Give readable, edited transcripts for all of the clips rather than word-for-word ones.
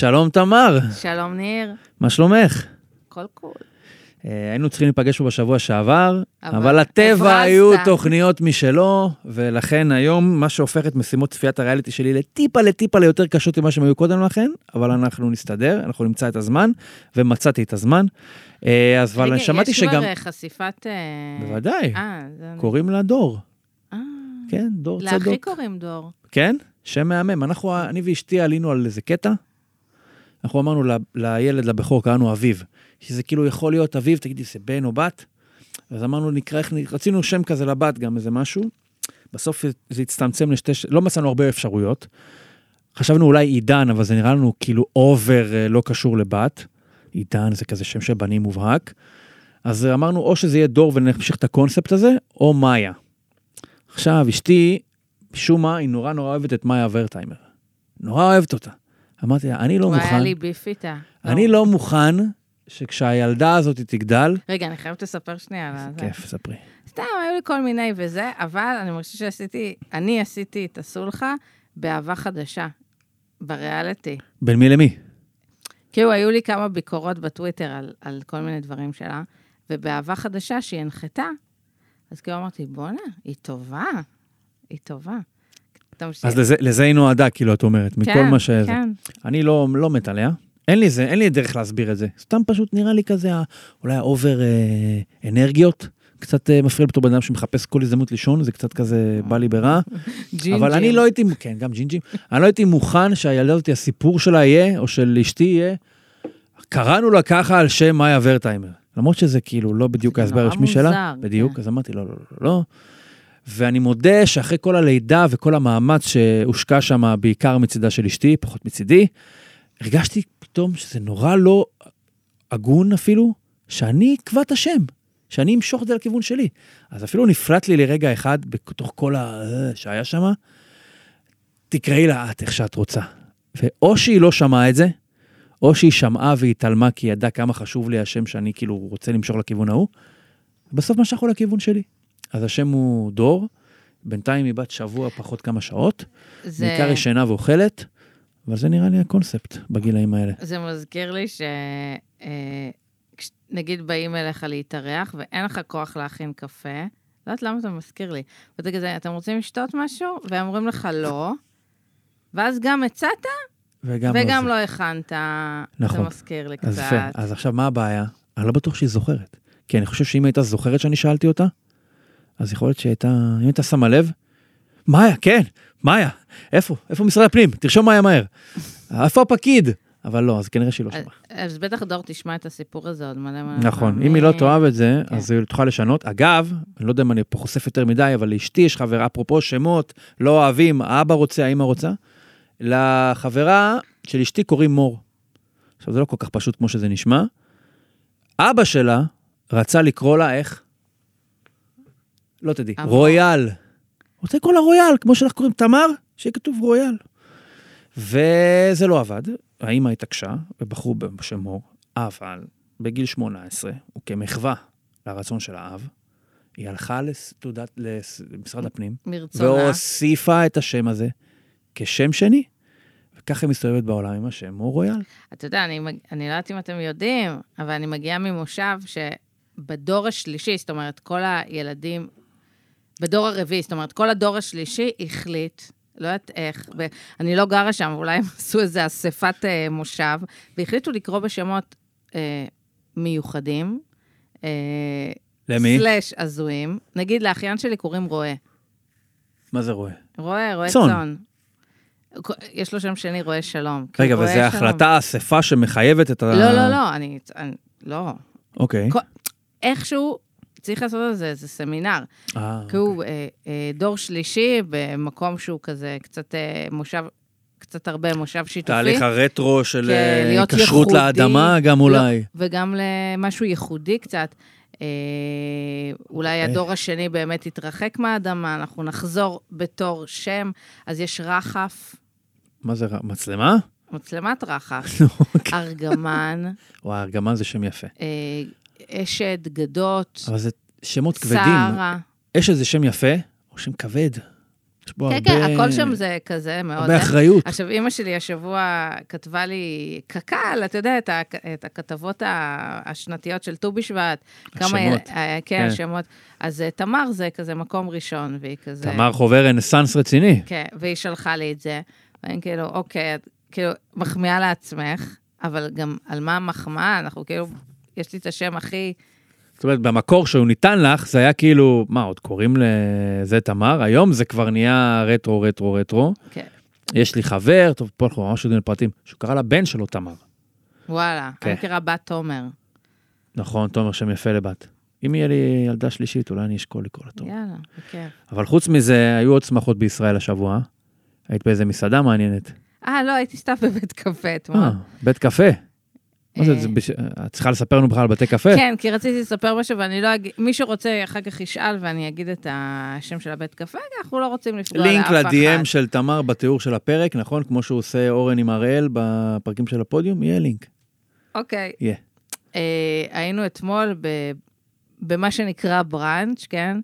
שלום תמר. שלום ניר. מה שלומך? כל קול. היינו צריכים להיפגש פה בשבוע שעבר, אבל לטבע היו תוכניות משלו, ולכן היום מה שהופך את משימות צפיית הריאליטי שלי לטיפה ליותר קשות ממה שהם היו קודם לכן, אבל אנחנו נסתדר, אנחנו נמצא את הזמן, ומצאתי את הזמן. אז אבל שמעתי שגם... יש כבר חשיפת... בוודאי, קוראים לה דור. כן, דור צדוק. לאחי קוראים דור. כן? שם מהמם. אני ואשתי עלינו על איזה קטע, אנחנו אמרנו לילד, לבחור, קראנו אביב, שזה כאילו יכול להיות אביב, תגידי, זה בן או בת? אז אמרנו, רצינו שם כזה לבת, גם איזה משהו, בסוף זה הצטמצם לא מצאנו הרבה אפשרויות, חשבנו אולי עידן, אבל זה נראה לנו כאילו אובר לא קשור לבת, עידן זה כזה שם של בנים מובהק, אז אמרנו, או שזה יהיה דור ונמשיך את הקונספט הזה, או מאיה. עכשיו, אשתי, משום מה, היא נורא אוהבת את מאיה ורטהיימר. נורא אוהבת אותה. אמרתי לה, אני לא מוכן. היה לי ביף איתה. אני לא מוכן שכשהילדה הזאת תגדל... רגע, אני חייבת לספר שנייה על זה. כיף, ספרי. סתם, היו לי כל מיני וזה, אבל אני מרגישה אני עשיתי את הסולחה באהבה חדשה, בריאליטי. בין מי למי? כאילו, היו לי כמה ביקורות בטוויטר על כל מיני דברים שלה, ובאהבה חדשה שהיא הנחתה, אז כאילו אמרתי, בונה, היא טובה. היא טובה. אז לזה היא נועדה, כאילו, את אומרת, מכל מה שזה. כן. אני לא מת עליה. אין לי דרך להסביר את זה. סתם פשוט נראה לי כזה, אולי האובר אנרגיות, קצת מפריע בתור בן אדם שמחפש כל הזדמנות לישון, זה קצת כזה בא לי ברע. אבל אני לא הייתי, כן, גם ג'ינג'ים, אני לא הייתי מוכן שהילדה הזאת, הסיפור שלה יהיה, או של אשתי יהיה, קראנו לה ככה על שם מאיה ורטהיימר. למרות שזה כאילו לא בדיוק ההסבר הרשמי שלה. בדיוק, אז אמרתי, לא. ואני מודה שאחרי כל הלידה וכל המאמץ שהושקע שם, בעיקר מצידה של אשתי, פחות מצידי, הרגשתי פתאום שזה נורא לא הגון אפילו, שאני אקבע את השם, שאני אמשוך את זה לכיוון שלי. אז אפילו נפלט לי לרגע אחד, בתוך כל שהיה שם, תקראי לה את איך שאת רוצה. ואו שהיא לא שמעה את זה, או שהיא שמעה והתעלמה, כי היא ידעה כמה חשוב לי השם שאני כאילו רוצה למשוך לכיוון ההוא, בסוף משכו לכיוון שלי. אז השם הוא דור, בינתיים היא בת שבוע פחות כמה שעות, בעיקר היא שינה ואוכלת, אבל זה נראה לי הקונספט בגילאים האלה. זה מזכיר לי נגיד באים אליך להתארח, ואין לך כוח להכין קפה, לא יודעת למה אתה מזכיר לי, ואתה כזה, אתם רוצים לשתות משהו? ואומרים לך לא, ואז גם הצעת, וגם לא הכנת, נכון. זה מזכיר לי קצת. אז יפה, אז עכשיו מה הבעיה? אני לא בטוח שהיא זוכרת, כי אני חושב שאם הייתה זוכרת שאני שאלתי אותה, אז יכול להיות שהייתה, אם הייתה שמה לב, מאיה, כן, מאיה, איפה משרד הפנים? תרשום מאיה מהר. איפה הפקיד? אבל לא, אז כנראה שהיא לא שמעה. אז בטח דור תשמע את הסיפור הזה עוד מלא. נכון, אם היא לא תאהב את זה, אז היא תוכל לשנות. אגב, אני לא יודע אם אני פה חושף יותר מדי, אבל לאשתי יש חברה, אפרופו שמות, לא אוהבים, האבא רוצה, האמא רוצה. לחברה של אשתי קוראים מור. עכשיו, זה לא כל כך פשוט כמו שזה נשמע. אבא שלה רצה לקרוא לה איך? לא תדעי, רויאל. רוצה לקרוא לה רויאל, כמו שלך קוראים תמר, שיהיה כתוב רויאל. וזה לא עבד, האמא התעקשה, ובחרו בשם מור, אבל בגיל 18, וכמחווה לרצון של האב, היא הלכה למשרד הפנים, מרצונה. והוסיפה את השם הזה כשם שני, וככה היא מסתובבת בעולם עם השם מור רויאל. אתה יודע, אני לא יודעת אם אתם יודעים, אבל אני מגיעה ממושב שבדור השלישי, זאת אומרת, כל הילדים, בדור הרביעי, זאת אומרת, כל הדור השלישי החליט, לא יודעת איך, אני לא גרה שם, אולי הם עשו איזו אספת מושב, והחליטו לקרוא בשמות מיוחדים, למי? סלש עזויים. נגיד, לאחיין שלי קוראים רואה. מה זה רואה? רואה צון. יש לו שם שני, רואה שלום. רגע, וזו החלטה אספה שמחייבת את ה... לא, לא. אוקיי. איכשהו צריך לעשות את זה, זה סמינר. כי הוא דור שלישי, במקום שהוא כזה קצת מושב, קצת הרבה מושב שיתופי. תהליך הרטרו של קשרות לאדמה גם אולי. וגם למשהו ייחודי קצת. אולי הדור השני באמת יתרחק מהאדמה, אנחנו נחזור בתור שם, אז יש רחף. מה זה, מצלמה? מצלמת רחף. ארגמן. וואי, ארגמן זה שם יפה. אשד, גדות. אבל זה שמות כבדים. שרה. אשד זה שם יפה, או שם כבד. יש בו כן, הרבה... כן, הכל שם זה כזה מאוד... הרבה אחריות. עכשיו, אמא שלי השבוע כתבה לי קקל, אתה יודע, את הכתבות השנתיות של ט"ו בשבט. השמות. כן, השמות. אז תמר זה כזה מקום ראשון, והיא כזה... תמר חווה רנסנס רציני. כן, והיא שלחה לי את זה. ואני כאילו, אוקיי, כאילו, מחמיאה לעצמך, אבל גם על מה המחמאה, אנחנו כאילו, יש לי את השם הכי... זאת אומרת, במקור שהוא ניתן לך, זה היה כאילו, מה, עוד קוראים לזה תמר? היום זה כבר נהיה רטרו. כן. יש לי חבר, טוב, פה אנחנו ממש יודעים לפרטים, שהוא קרא לבן שלו תמר. וואלה, כן. אני מכירה בת תומר. נכון, תומר שם יפה לבת. אם יהיה לי ילדה שלישית, אולי אני אשקול לקרוא לתומר. יאללה, בכיף. אבל חוץ מזה, היו עוד שמחות בישראל השבוע. היית באיזה מסעדה מעניינת. לא, הייתי סתם בבית קפה אתמול. בית קפה. מה זה, את צריכה לספר לנו בכלל על בתי קפה? כן, כי רציתי לספר משהו, ואני לא אגיד, מי שרוצה אחר כך ישאל, ואני אגיד את השם של הבית קפה, אנחנו לא רוצים לפגוע לאף אחד. לינק ל-DM של תמר בתיאור של הפרק, נכון? כמו שהוא עושה אורן עם הראל בפרקים של הפודיום, יהיה לינק. אוקיי. יהיה. היינו אתמול במה שנקרא ברנץ', כן?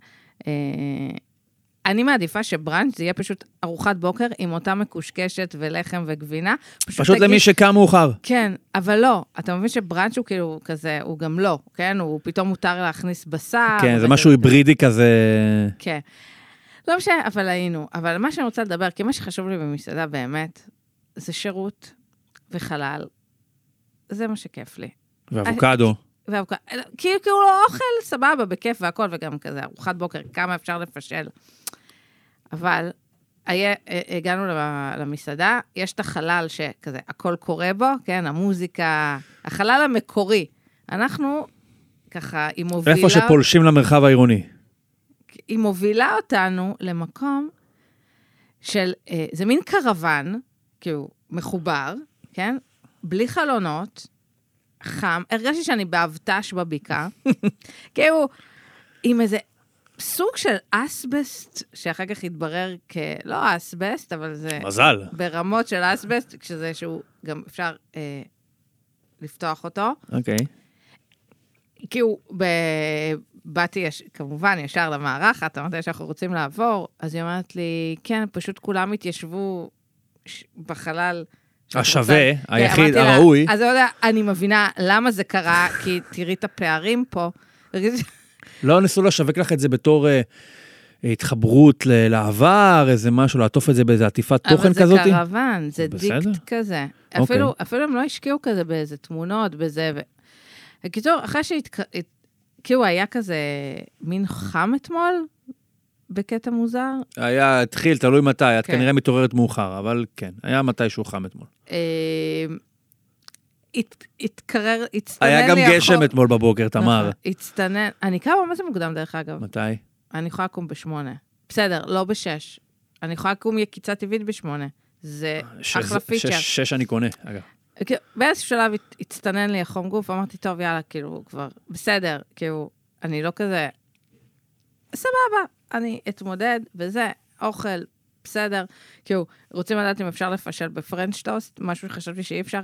אני מעדיפה שבראנץ' זה יהיה פשוט ארוחת בוקר עם אותה מקושקשת ולחם וגבינה. פשוט למי שקם מאוחר. כן, אבל לא. אתה מבין שבראנץ' הוא כאילו כזה, הוא גם לא, כן? הוא פתאום מותר להכניס בשר. כן, זה משהו היברידי כזה. כן. לא משנה, אבל היינו. אבל מה שאני רוצה לדבר, כי מה שחשוב לי במסעדה באמת, זה שירות וחלל. זה מה שכיף לי. ואבוקדו. כאילו אוכל סבבה, בכיף והכל, וגם כזה, ארוחת בוקר, כמה אפשר לפשל. אבל הגענו למסעדה, יש את החלל שכזה, הכל קורה בו, כן, המוזיקה, החלל המקורי. אנחנו, ככה, היא מובילה... איפה שפולשים למרחב העירוני. היא מובילה אותנו למקום של, זה מין קרוון, כאילו, מחובר, כן, בלי חלונות, חם, הרגשתי שאני באבטש בבקעה, כאילו, עם איזה סוג של אסבסט, שאחר כך התברר כלא אסבסט, אבל זה... מזל. ברמות של אסבסט, כשזה שהוא גם אפשר לפתוח אותו. אוקיי. כאילו, באתי כמובן ישר למערכת, אמרתי שאנחנו רוצים לעבור, אז היא אומרת לי, כן, פשוט כולם התיישבו בחלל... השווה, היחיד, הראוי. אז אני מבינה למה זה קרה, כי תראי את הפערים פה. לא ניסו לשווק לך את זה בתור התחברות לעבר, איזה משהו, לעטוף את זה באיזה עטיפת תוכן כזאת? אבל זה קרוון, זה דיקט כזה. אפילו הם לא השקיעו כזה באיזה תמונות, בזה. בקיצור, אחרי כאילו היה כזה מין חם אתמול, בקטע מוזר. היה, התחיל, תלוי מתי, את כנראה מתעוררת מאוחר, אבל כן, היה מתי שהוא חם אתמול. התקרר, הצטנן לי... היה גם גשם אתמול בבוקר, תמר. הצטנן, אני קמה, מה זה מוקדם דרך אגב? מתי? אני יכולה לקום ב8. בסדר, לא ב6. אני יכולה לקום יקיצה טבעית ב8. זה אחלה פיצ'ר. 6 אני קונה, אגב. באיזשהו שלב הצטנן לי החום גוף, אמרתי, טוב, יאללה, כאילו, כבר, בסדר, כאילו, אני לא כזה, סבבה, אני אתמודד, וזה, אוכל, בסדר, כאילו, רוצים לדעת אם אפשר לפשל בפרנץ' טוסט, משהו שחשבתי שאי אפשר,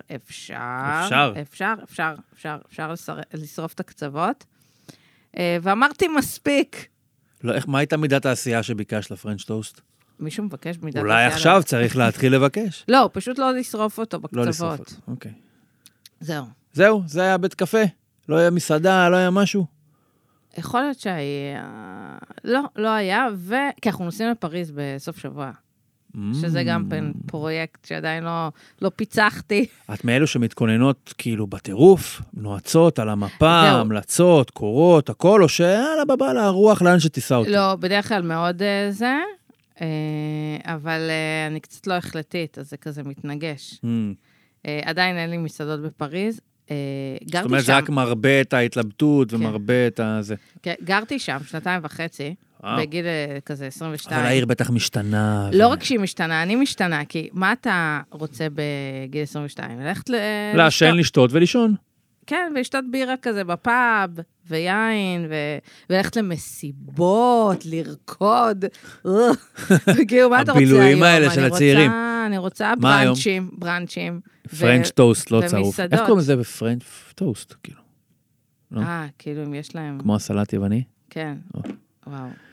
אפשר לשרוף את הקצוות, ואמרתי מספיק. לא, מה הייתה מידת העשייה שביקש לפרנץ' טוסט? מישהו מבקש מידת העשייה. אולי עכשיו צריך להתחיל לבקש. לא, פשוט לא לשרוף אותו בקצוות. לא לשרוף אותו, אוקיי. זהו, זה היה בית קפה, לא היה מסעדה, לא היה משהו. יכול להיות שהיה... לא היה, כי אנחנו נוסעים לפריז בסוף שבוע. שזה גם פרויקט שעדיין לא פיצחתי. את מאלו שמתכוננות כאילו בטירוף, נועצות על המפה, המלצות, קורות, הכל, או שיאללה בבא הרוח לאן שתיסע אותי? לא, בדרך כלל מאוד זה, אבל אני קצת לא החלטית, אז זה כזה מתנגש. עדיין אין לי מסעדות בפריז. זאת אומרת, זה רק מרבה את ההתלבטות ומרבה את הזה. כן, גרתי שם 2.5, בגיל כזה 22. אבל העיר בטח משתנה. לא רק שהיא משתנה, אני משתנה, כי מה אתה רוצה בגיל 22? ללכת לעשן, לשתות ולישון. כן, ולשתות בירה כזה בפאב, ויין, וללכת למסיבות, לרקוד. כאילו, מה אתה רוצה היום? הבילויים האלה של הצעירים. אני רוצה ברנצ'ים. פרנץ' טוסט, לא צרוף. איך קוראים לזה בפרנץ' טוסט, כאילו? כאילו, אם יש להם... כמו הסלט יווני? כן, וואו.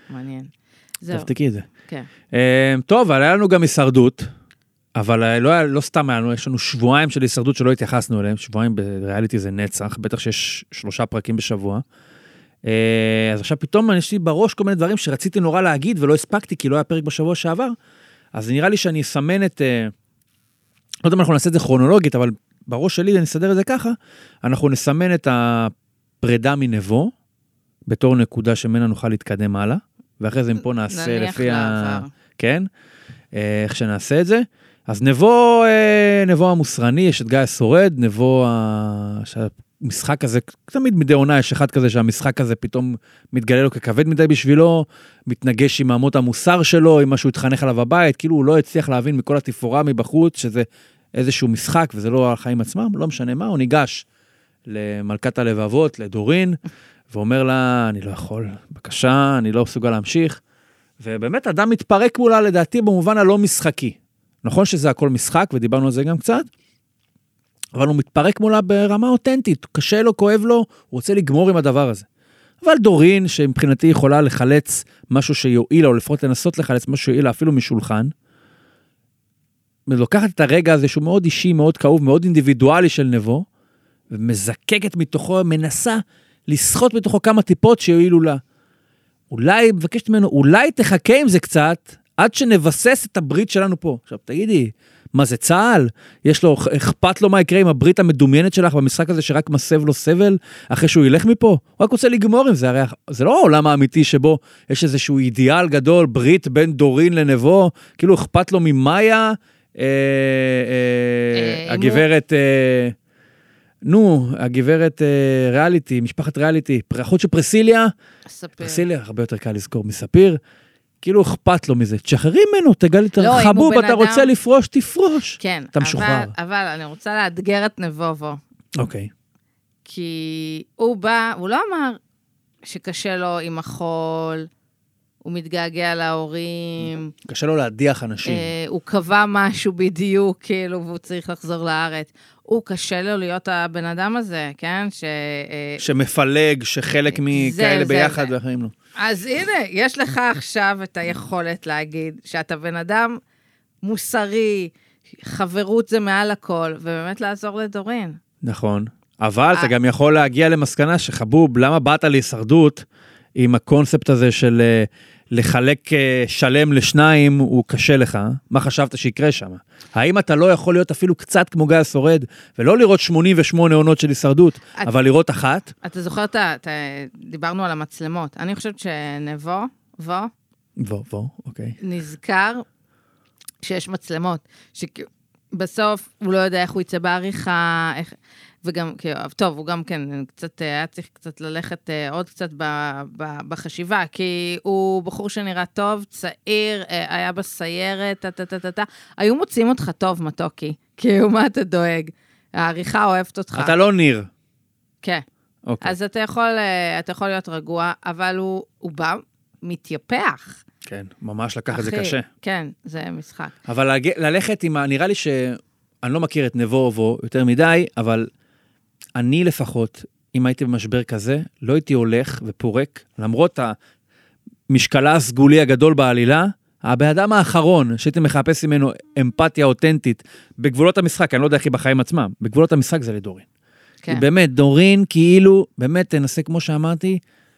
מעניין. זהו. תבדקי את זה. כן. טוב, אבל היה לנו גם הישרדות, אבל לא סתם היה לנו, יש לנו שבועיים של הישרדות שלא התייחסנו אליהם, שבועיים בריאליטי זה נצח, בטח שיש 3 פרקים בשבוע. אז עכשיו פתאום יש לי בראש כל מיני דברים שרציתי נורא להגיד ולא הספקתי, כי לא היה פרק בשבוע שעבר, אז נראה לי שאני אסמן את, לא יודע אם אנחנו נעשה את זה כרונולוגית, אבל בראש שלי אני אסדר את זה ככה, אנחנו נסמן את הפרידה מנבו, בתור נקודה שמנה נוכל להתקדם הלאה, ואחרי זה פה נעשה לפי כן, איך שנעשה את זה. אז נבו המוסרני, יש את גיא השורד, נבו שהמשחק הזה, תמיד מדי עונה יש אחד כזה שהמשחק הזה פתאום מתגלה לו ככבד מדי בשבילו, מתנגש עם אמות המוסר שלו, עם מה שהוא התחנך עליו הבית, כאילו הוא לא הצליח להבין מכל התפאורה מבחוץ, שזה איזשהו משחק וזה לא החיים עצמם, לא משנה מה, הוא ניגש למלכת הלבבות, לדורין, ואומר לה, אני לא יכול, בבקשה, אני לא מסוגל להמשיך, ובאמת אדם מתפרק מולה לדעתי במובן הלא משחקי. נכון שזה הכל משחק, ודיברנו על זה גם קצת, אבל הוא מתפרק מולה ברמה אותנטית, קשה לו, כואב לו, הוא רוצה לגמור עם הדבר הזה. אבל דורין, שמבחינתי יכולה לחלץ משהו שיועיל, או לפחות לנסות לחלץ משהו שיועיל, אפילו משולחן, ולוקחת את הרגע הזה שהוא מאוד אישי, מאוד כאוב, מאוד אינדיבידואלי של נבו, ומזקקת מתוכו, מנסה לסחוט מתוכו כמה טיפות שיועילו לה. אולי, מבקשת ממנו, אולי תחכה עם זה קצת, עד שנבסס את הברית שלנו פה. עכשיו, תגידי, מה זה צהל? יש לו, אכפת לו מה יקרה עם הברית המדומיינת שלך במשחק הזה שרק מסב לו סבל אחרי שהוא ילך מפה? הוא רק רוצה לגמור עם זה, הרי זה לא העולם האמיתי שבו יש איזשהו אידיאל גדול, ברית בין דורין לנבו, כאילו אכפת לו ממאיה, הגברת, הגברת ריאליטי, משפחת ריאליטי, אחות של פרסיליה, פרסיליה, הרבה יותר קל לזכור מספיר, כאילו אכפת לו מזה, תשחררי ממנו, תגלי את החבוב, אתה רוצה לפרוש, תפרוש. כן, אתה משוחרר. אבל אני רוצה לאתגר את נבובו. אוקיי. כי הוא בא, הוא לא אמר שקשה לו עם החול, הוא מתגעגע להורים. קשה לו להדיח אנשים. הוא קבע משהו בדיוק, כאילו, והוא צריך לחזור לארץ. הוא קשה לו להיות הבן אדם הזה, כן? שמפלג, שחלק מכאלה ביחד והחיים לו. אז הנה, יש לך עכשיו את היכולת להגיד שאתה בן אדם מוסרי, חברות זה מעל הכל, ובאמת לעזור לדורין. נכון. אבל אתה גם יכול להגיע למסקנה שחבוב, למה באת להישרדות עם הקונספט הזה של לחלק שלם לשניים, הוא קשה לך. מה חשבת שיקרה שם? האם אתה לא יכול להיות אפילו קצת כמו גיא השורד, ולא לראות 88 עונות של הישרדות, אבל לראות אחת? אתה זוכר, דיברנו על המצלמות. אני חושבת שנבו, אוקיי. נזכר שיש מצלמות, שבסוף הוא לא יודע איך הוא יצא בעריכה, וגם, טוב, הוא גם כן, קצת, היה צריך קצת ללכת עוד קצת בחשיבה, כי הוא בחור שנראה טוב, צעיר, היה בסיירת, היו מוצאים אותך טוב, מתוקי, כאילו, מה אתה דואג? העריכה אוהבת אותך. אתה לא ניר. כן. אוקיי. אז אתה יכול להיות רגוע, אבל הוא בא מתייפח. כן, ממש לקח את זה קשה. כן, זה משחק. אבל ללכת עם, נראה לי שאני לא מכיר את נבו אובו יותר מדי, אבל אני לפחות, אם הייתי במשבר כזה, לא הייתי הולך ופורק, למרות המשקלה הסגולי הגדול בעלילה, הבאדם האחרון שהייתי מחפש ממנו אמפתיה אותנטית, בגבולות המשחק, אני לא יודע איך היא בחיים עצמם, בגבולות המשחק זה לדורין. כן. כי באמת, דורין כאילו, באמת תנסה כמו שאמרתי,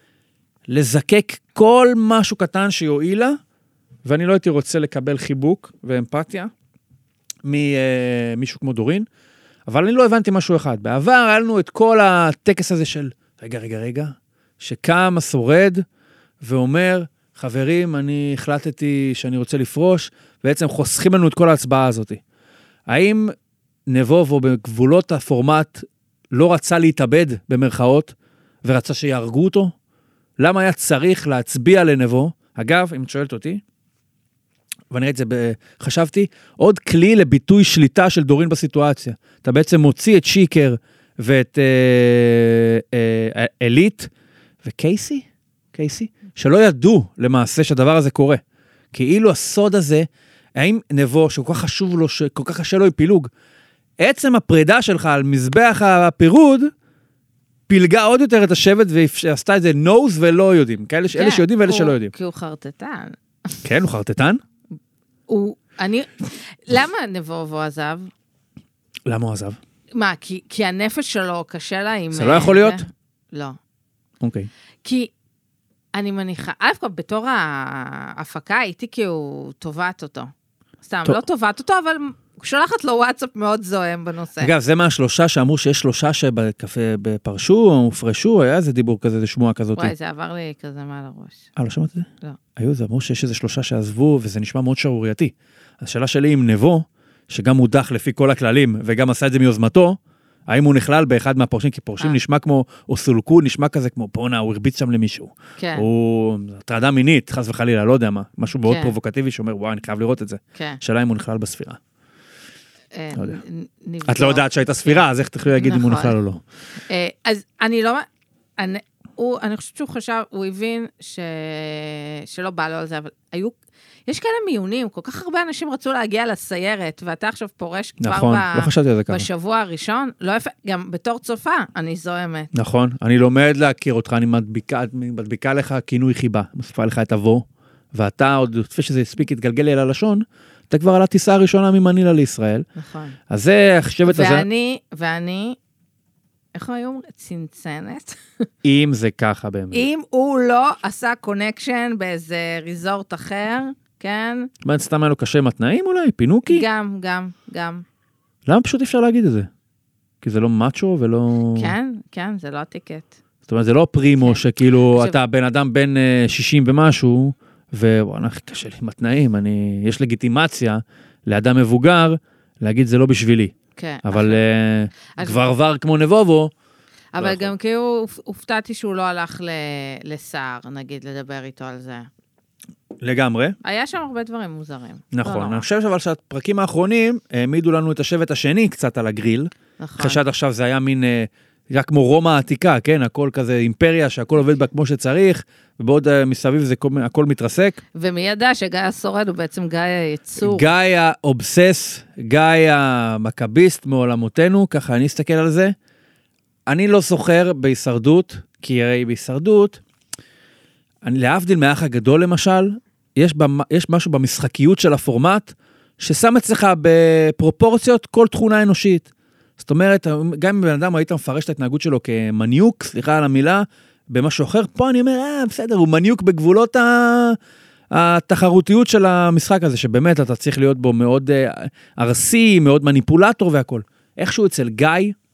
לזקק כל משהו קטן שיועילה, ואני לא הייתי רוצה לקבל חיבוק ואמפתיה ממישהו כמו דורין, אבל אני לא הבנתי משהו אחד. בעבר היה לנו את כל הטקס הזה של, רגע, שקם השורד ואומר, חברים, אני החלטתי שאני רוצה לפרוש, בעצם חוסכים לנו את כל ההצבעה הזאת. האם נבובו בגבולות הפורמט לא רצה להתאבד במרכאות, ורצה שיהרגו אותו? למה היה צריך להצביע לנבו? אגב, אם את שואלת אותי, ואני ראיתי את זה, חשבתי, עוד כלי לביטוי שליטה של דורין בסיטואציה. אתה בעצם מוציא את שיקר ואת אליט וקייסי, שלא ידעו למעשה שהדבר הזה קורה. כאילו הסוד הזה, האם נבו, שכל כך חשוב לו, שכל כך קשה לו פילוג, עצם הפרידה שלך על מזבח הפירוד, פילגה עוד יותר את השבט, ועשתה את זה נוז ולא יודעים. אלה שיודעים ואלה שלא יודעים. כי הוא חרטטן. כן, הוא חרטטן? למה נבובו עזב? למה הוא עזב? מה, כי הנפש שלו קשה לה עם... זה לא יכול להיות? לא. אוקיי. כי אני מניחה, בתור ההפקה הייתי כאילו תובעת אותו. סתם, לא תובעת אותו, אבל שולחת לו וואטסאפ מאוד זוהם בנושא. אגב, זה מהשלושה שאמרו שיש 3 שבפרשו או הופרשו, היה איזה דיבור כזה, איזה שמועה כזאת. וואי, זה עבר לי כזה מעל הראש. לא שמעת את זה? לא. זה אמרו שיש איזה 3 שעזבו, וזה נשמע מאוד שערורייתי. השאלה שלי עם נבו, שגם מודח לפי כל הכללים, וגם עשה את זה מיוזמתו, האם הוא נכלל באחד מהפורשים, כי פורשים נשמע כמו, או סולקו נשמע כזה כמו, פונה, הוא הרביץ שם למישהו. כן. הוא הטרדה מינית, חס וחלילה, לא יודע מה, משהו מאוד פרובוקטיבי שאומר, וואי, אני חייב לראות את זה. כן. שאלה אם הוא נכלל בספירה. את לא יודעת שהייתה ספירה, אז איך תוכלי להגיד אם הוא נכלל או לא? אז אני לא... אני חושבת שהוא חשב, הוא הבין שלא בא לו על זה, אבל יש כאלה מיונים, כל כך הרבה אנשים רצו להגיע לסיירת, ואתה עכשיו פורש כבר בשבוע הראשון, לא יפה, גם בתור צופה, אני זוהמת. נכון, אני לומד להכיר אותך, אני מדביקה לך כינוי חיבה, מוסיפה לך את אבו, ואתה עוד, לפני שזה הספיק, התגלגל לי על הלשון, אתה כבר על הטיסה הראשונה ממנילה לישראל. נכון. אז זה השבט הזה. ואני, איך היום? צנצנת. אם זה ככה באמת. אם הוא לא עשה קונקשן באיזה ריזורט אחר, כן? מה, סתם היה לו קשה עם התנאים אולי? פינוקי? גם. למה פשוט אפשר להגיד את זה? כי זה לא מאצ'ו ולא... כן, זה לא הטיקט. זאת אומרת, זה לא פרימו שכאילו אתה בן אדם בין 60 ומשהו, ווואלה, קשה לי עם התנאים, יש לגיטימציה לאדם מבוגר להגיד זה לא בשבילי. כן. אבל כבר כמו נבובו. אבל גם כאילו הופתעתי שהוא לא הלך לסער, נגיד, לדבר איתו על זה. לגמרי. היה שם הרבה דברים מוזרים. נכון, אני חושב אבל שהפרקים האחרונים העמידו לנו את השבט השני קצת על הגריל. נכון. אחרי שעד עכשיו זה היה מין, רק כמו רומא העתיקה, כן? הכל כזה אימפריה שהכל עובד בה כמו שצריך, ובעוד מסביב זה הכל מתרסק. ומי ידע שגיא השורד הוא בעצם גיא היצור. גיא האובסס, גיא המכביסט מעולמותינו, ככה אני אסתכל על זה. אני לא זוכר בהישרדות, כי הרי בהישרדות, להבדיל מהאח הגדול למשל, יש משהו במשחקיות של הפורמט, ששם אצלך בפרופורציות כל תכונה אנושית. זאת אומרת, גם אם בן אדם היית מפרש את ההתנהגות שלו כמניוק, סליחה על המילה, במשהו אחר, פה אני אומר, בסדר, הוא מניוק בגבולות התחרותיות של המשחק הזה, שבאמת אתה צריך להיות בו מאוד ארסי, מאוד מניפולטור והכל. איכשהו אצל גיא,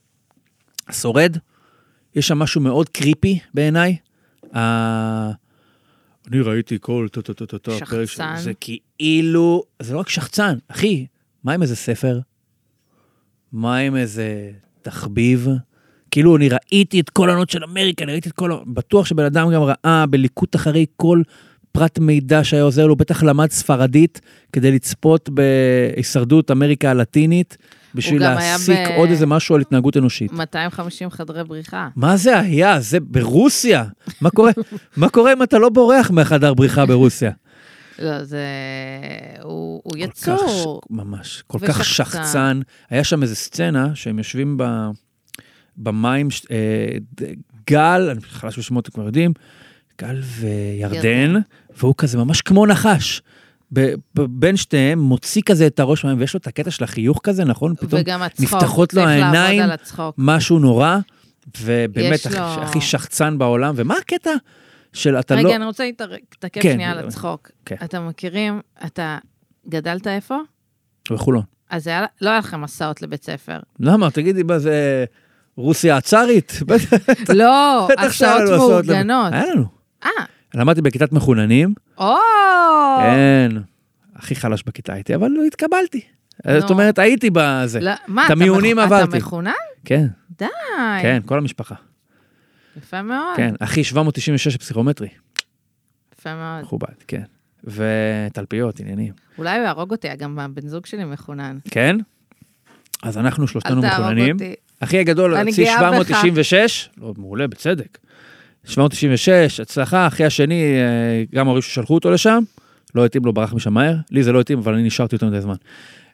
השורד, יש שם משהו מאוד קריפי בעיניי. אני ראיתי כל שחצן. זה כאילו, זה לא רק שחצן, אחי, מה עם איזה ספר? מה עם איזה תחביב? כאילו, אני ראיתי את כל העונות של אמריקה, אני ראיתי את כל... בטוח שבן אדם גם ראה בליקוט אחרי כל פרט מידע שהיה עוזר לו, בטח למד ספרדית, כדי לצפות בהישרדות אמריקה הלטינית, בשביל להסיק עוד איזה משהו על התנהגות אנושית. 250 חדרי בריחה. מה זה היה? זה ברוסיה. מה קורה אם אתה לא בורח מהחדר בריחה ברוסיה? לא, זה... הוא יצור. ממש, כל כך שחצן. היה שם איזו סצנה שהם יושבים במים, גל, אני חלש בשמות, כבר יודעים, גל וירדן, והוא כזה ממש כמו נחש. בין שתיהם מוציא כזה את הראש מהם, ויש לו את הקטע של החיוך כזה, נכון? פתאום נפתחות לו העיניים, משהו נורא, ובאמת הכי שחצן בעולם, ומה הקטע של אתה לא... רגע, אני רוצה להתעכב שנייה על הצחוק. אתם מכירים, אתה גדלת איפה? בחולון. אז לא היה לכם מסעות לבית ספר. למה? תגידי, זה רוסיה הצארית? לא, הסעות מאורגנות. היה לנו. למדתי בכיתת מחוננים. כן, הכי חלש בכיתה הייתי, אבל לא התקבלתי. זאת אומרת, הייתי בזה. מה, אתה מחונן? כן. די. כן, כל המשפחה. יפה מאוד. כן, אחי 796 פסיכומטרי. יפה מאוד. מכובד, כן. ותלפיות, עניינים. אולי הוא יהרוג אותי, גם הבן זוג שלי מחונן. כן? אז אנחנו שלושתנו מחוננים. אל תהרוג אותי. אחי הגדול, הוציא 796, לא, מעולה, בצדק. 796, הצלחה, אחי השני, גם ההורים ששלחו אותו לשם, לא התאים לו, ברח משם מהר, לי זה לא התאים, אבל אני נשארתי יותר מדי זמן.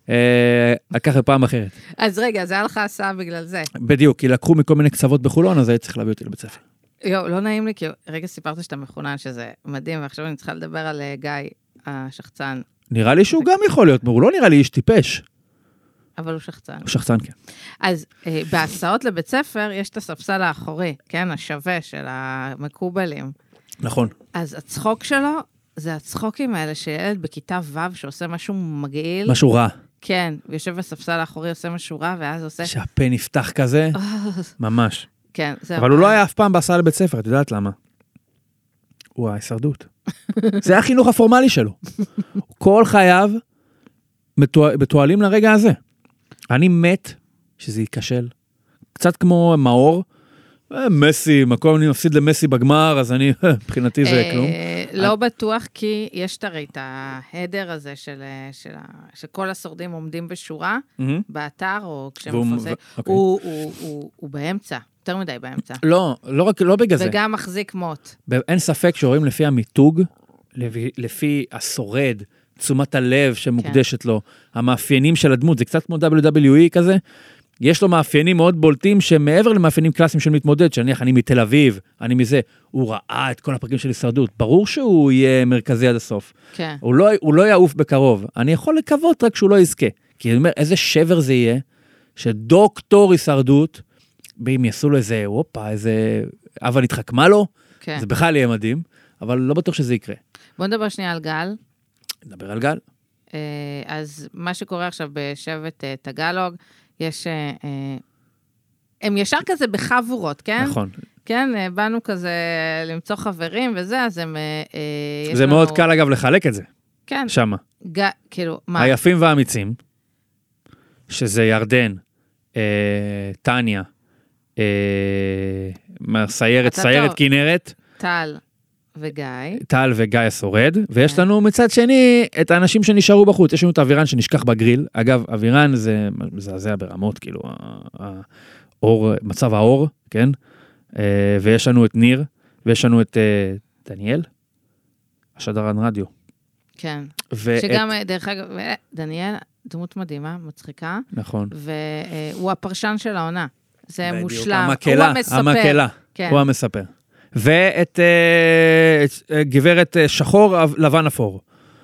לקח בפעם אחרת. אז רגע, זה היה לך הסעה בגלל זה. בדיוק, כי לקחו מכל מיני קצוות בחולון, אז הייתי צריך להביא אותי לבית ספר. לא נעים לי, כי רגע סיפרת שאתה מכונן, שזה מדהים, ועכשיו אני צריכה לדבר על גיא, השחצן. נראה לי שהוא גם יכול להיות, הוא לא נראה לי איש טיפש. אבל הוא שחצן. הוא שחצן, כן. אז בהסעות לבית ספר, יש את הספסל האחורי, כן, השווה של המקובלים. נכון. אז הצחוק שלו, זה הצחוקים האלה שילד בכיתה ו' שעושה משהו מגעיל. משהו רע. כן, ויושב בספסל האחורי, עושה משהו רע, ואז עושה... שהפה נפתח כזה, ממש. כן, זה... אבל הוא לא היה אף פעם בהסעה לבית ספר, את יודעת למה? הוא ההישרדות. זה החינוך הפורמלי שלו. כל חייו מתועלים לרגע הזה. אני מת שזה ייכשל. קצת כמו מאור, מסי, מקום אני מפסיד למסי בגמר, אז אני, מבחינתי זה כלום. לא בטוח, כי יש הרי את ההדר הזה שכל השורדים עומדים בשורה, באתר, או כשמפרסם, הוא באמצע, יותר מדי באמצע. לא בגלל זה. וגם מחזיק מוט. אין ספק שרואים לפי המיתוג, לפי השורד, תשומת הלב שמוקדשת לו, המאפיינים של הדמות, זה קצת כמו WWE כזה, יש לו מאפיינים מאוד בולטים, שמעבר למאפיינים קלאסיים של מתמודד, שנניח אני מתל אביב, אני מזה, הוא ראה את כל הפרקים של הישרדות, ברור שהוא יהיה מרכזי עד הסוף. כן. הוא לא יעוף בקרוב, אני יכול לקוות רק שהוא לא יזכה, כי אני אומר, איזה שבר זה יהיה, שדוקטור הישרדות, אם יעשו לו איזה, איזה אבל התחכמה לו, כן. זה בכלל יהיה מדהים, אבל לא בטוח שזה יקרה. בוא נדבר שנייה על גל. נדבר על גל. אז מה שקורה עכשיו בשבט תגלוג, יש, הם ישר כזה בחבורות, כן? נכון. כן, באנו כזה למצוא חברים וזה, אז הם... זה לנו... מאוד קל אגב לחלק את זה. כן. שמה. כאילו, מה? היפים והאמיצים, שזה ירדן, טניה, סיירת כנרת. טל וגיא השורד, ויש לנו מצד שני את האנשים שנשארו בחוץ, יש לנו את אבירן שנשכח בגריל, אגב, אבירן זה מזעזע ברמות, כאילו, מצב האור, כן? ויש לנו את ניר, ויש לנו את דניאל, השדרן רדיו. כן, שגם, דרך אגב, דניאל, דמות מדהימה, מצחיקה. נכון. והוא הפרשן של העונה, זה מושלם, הוא המקלה, הוא המספר. ואת גברת שחור לבן אפור.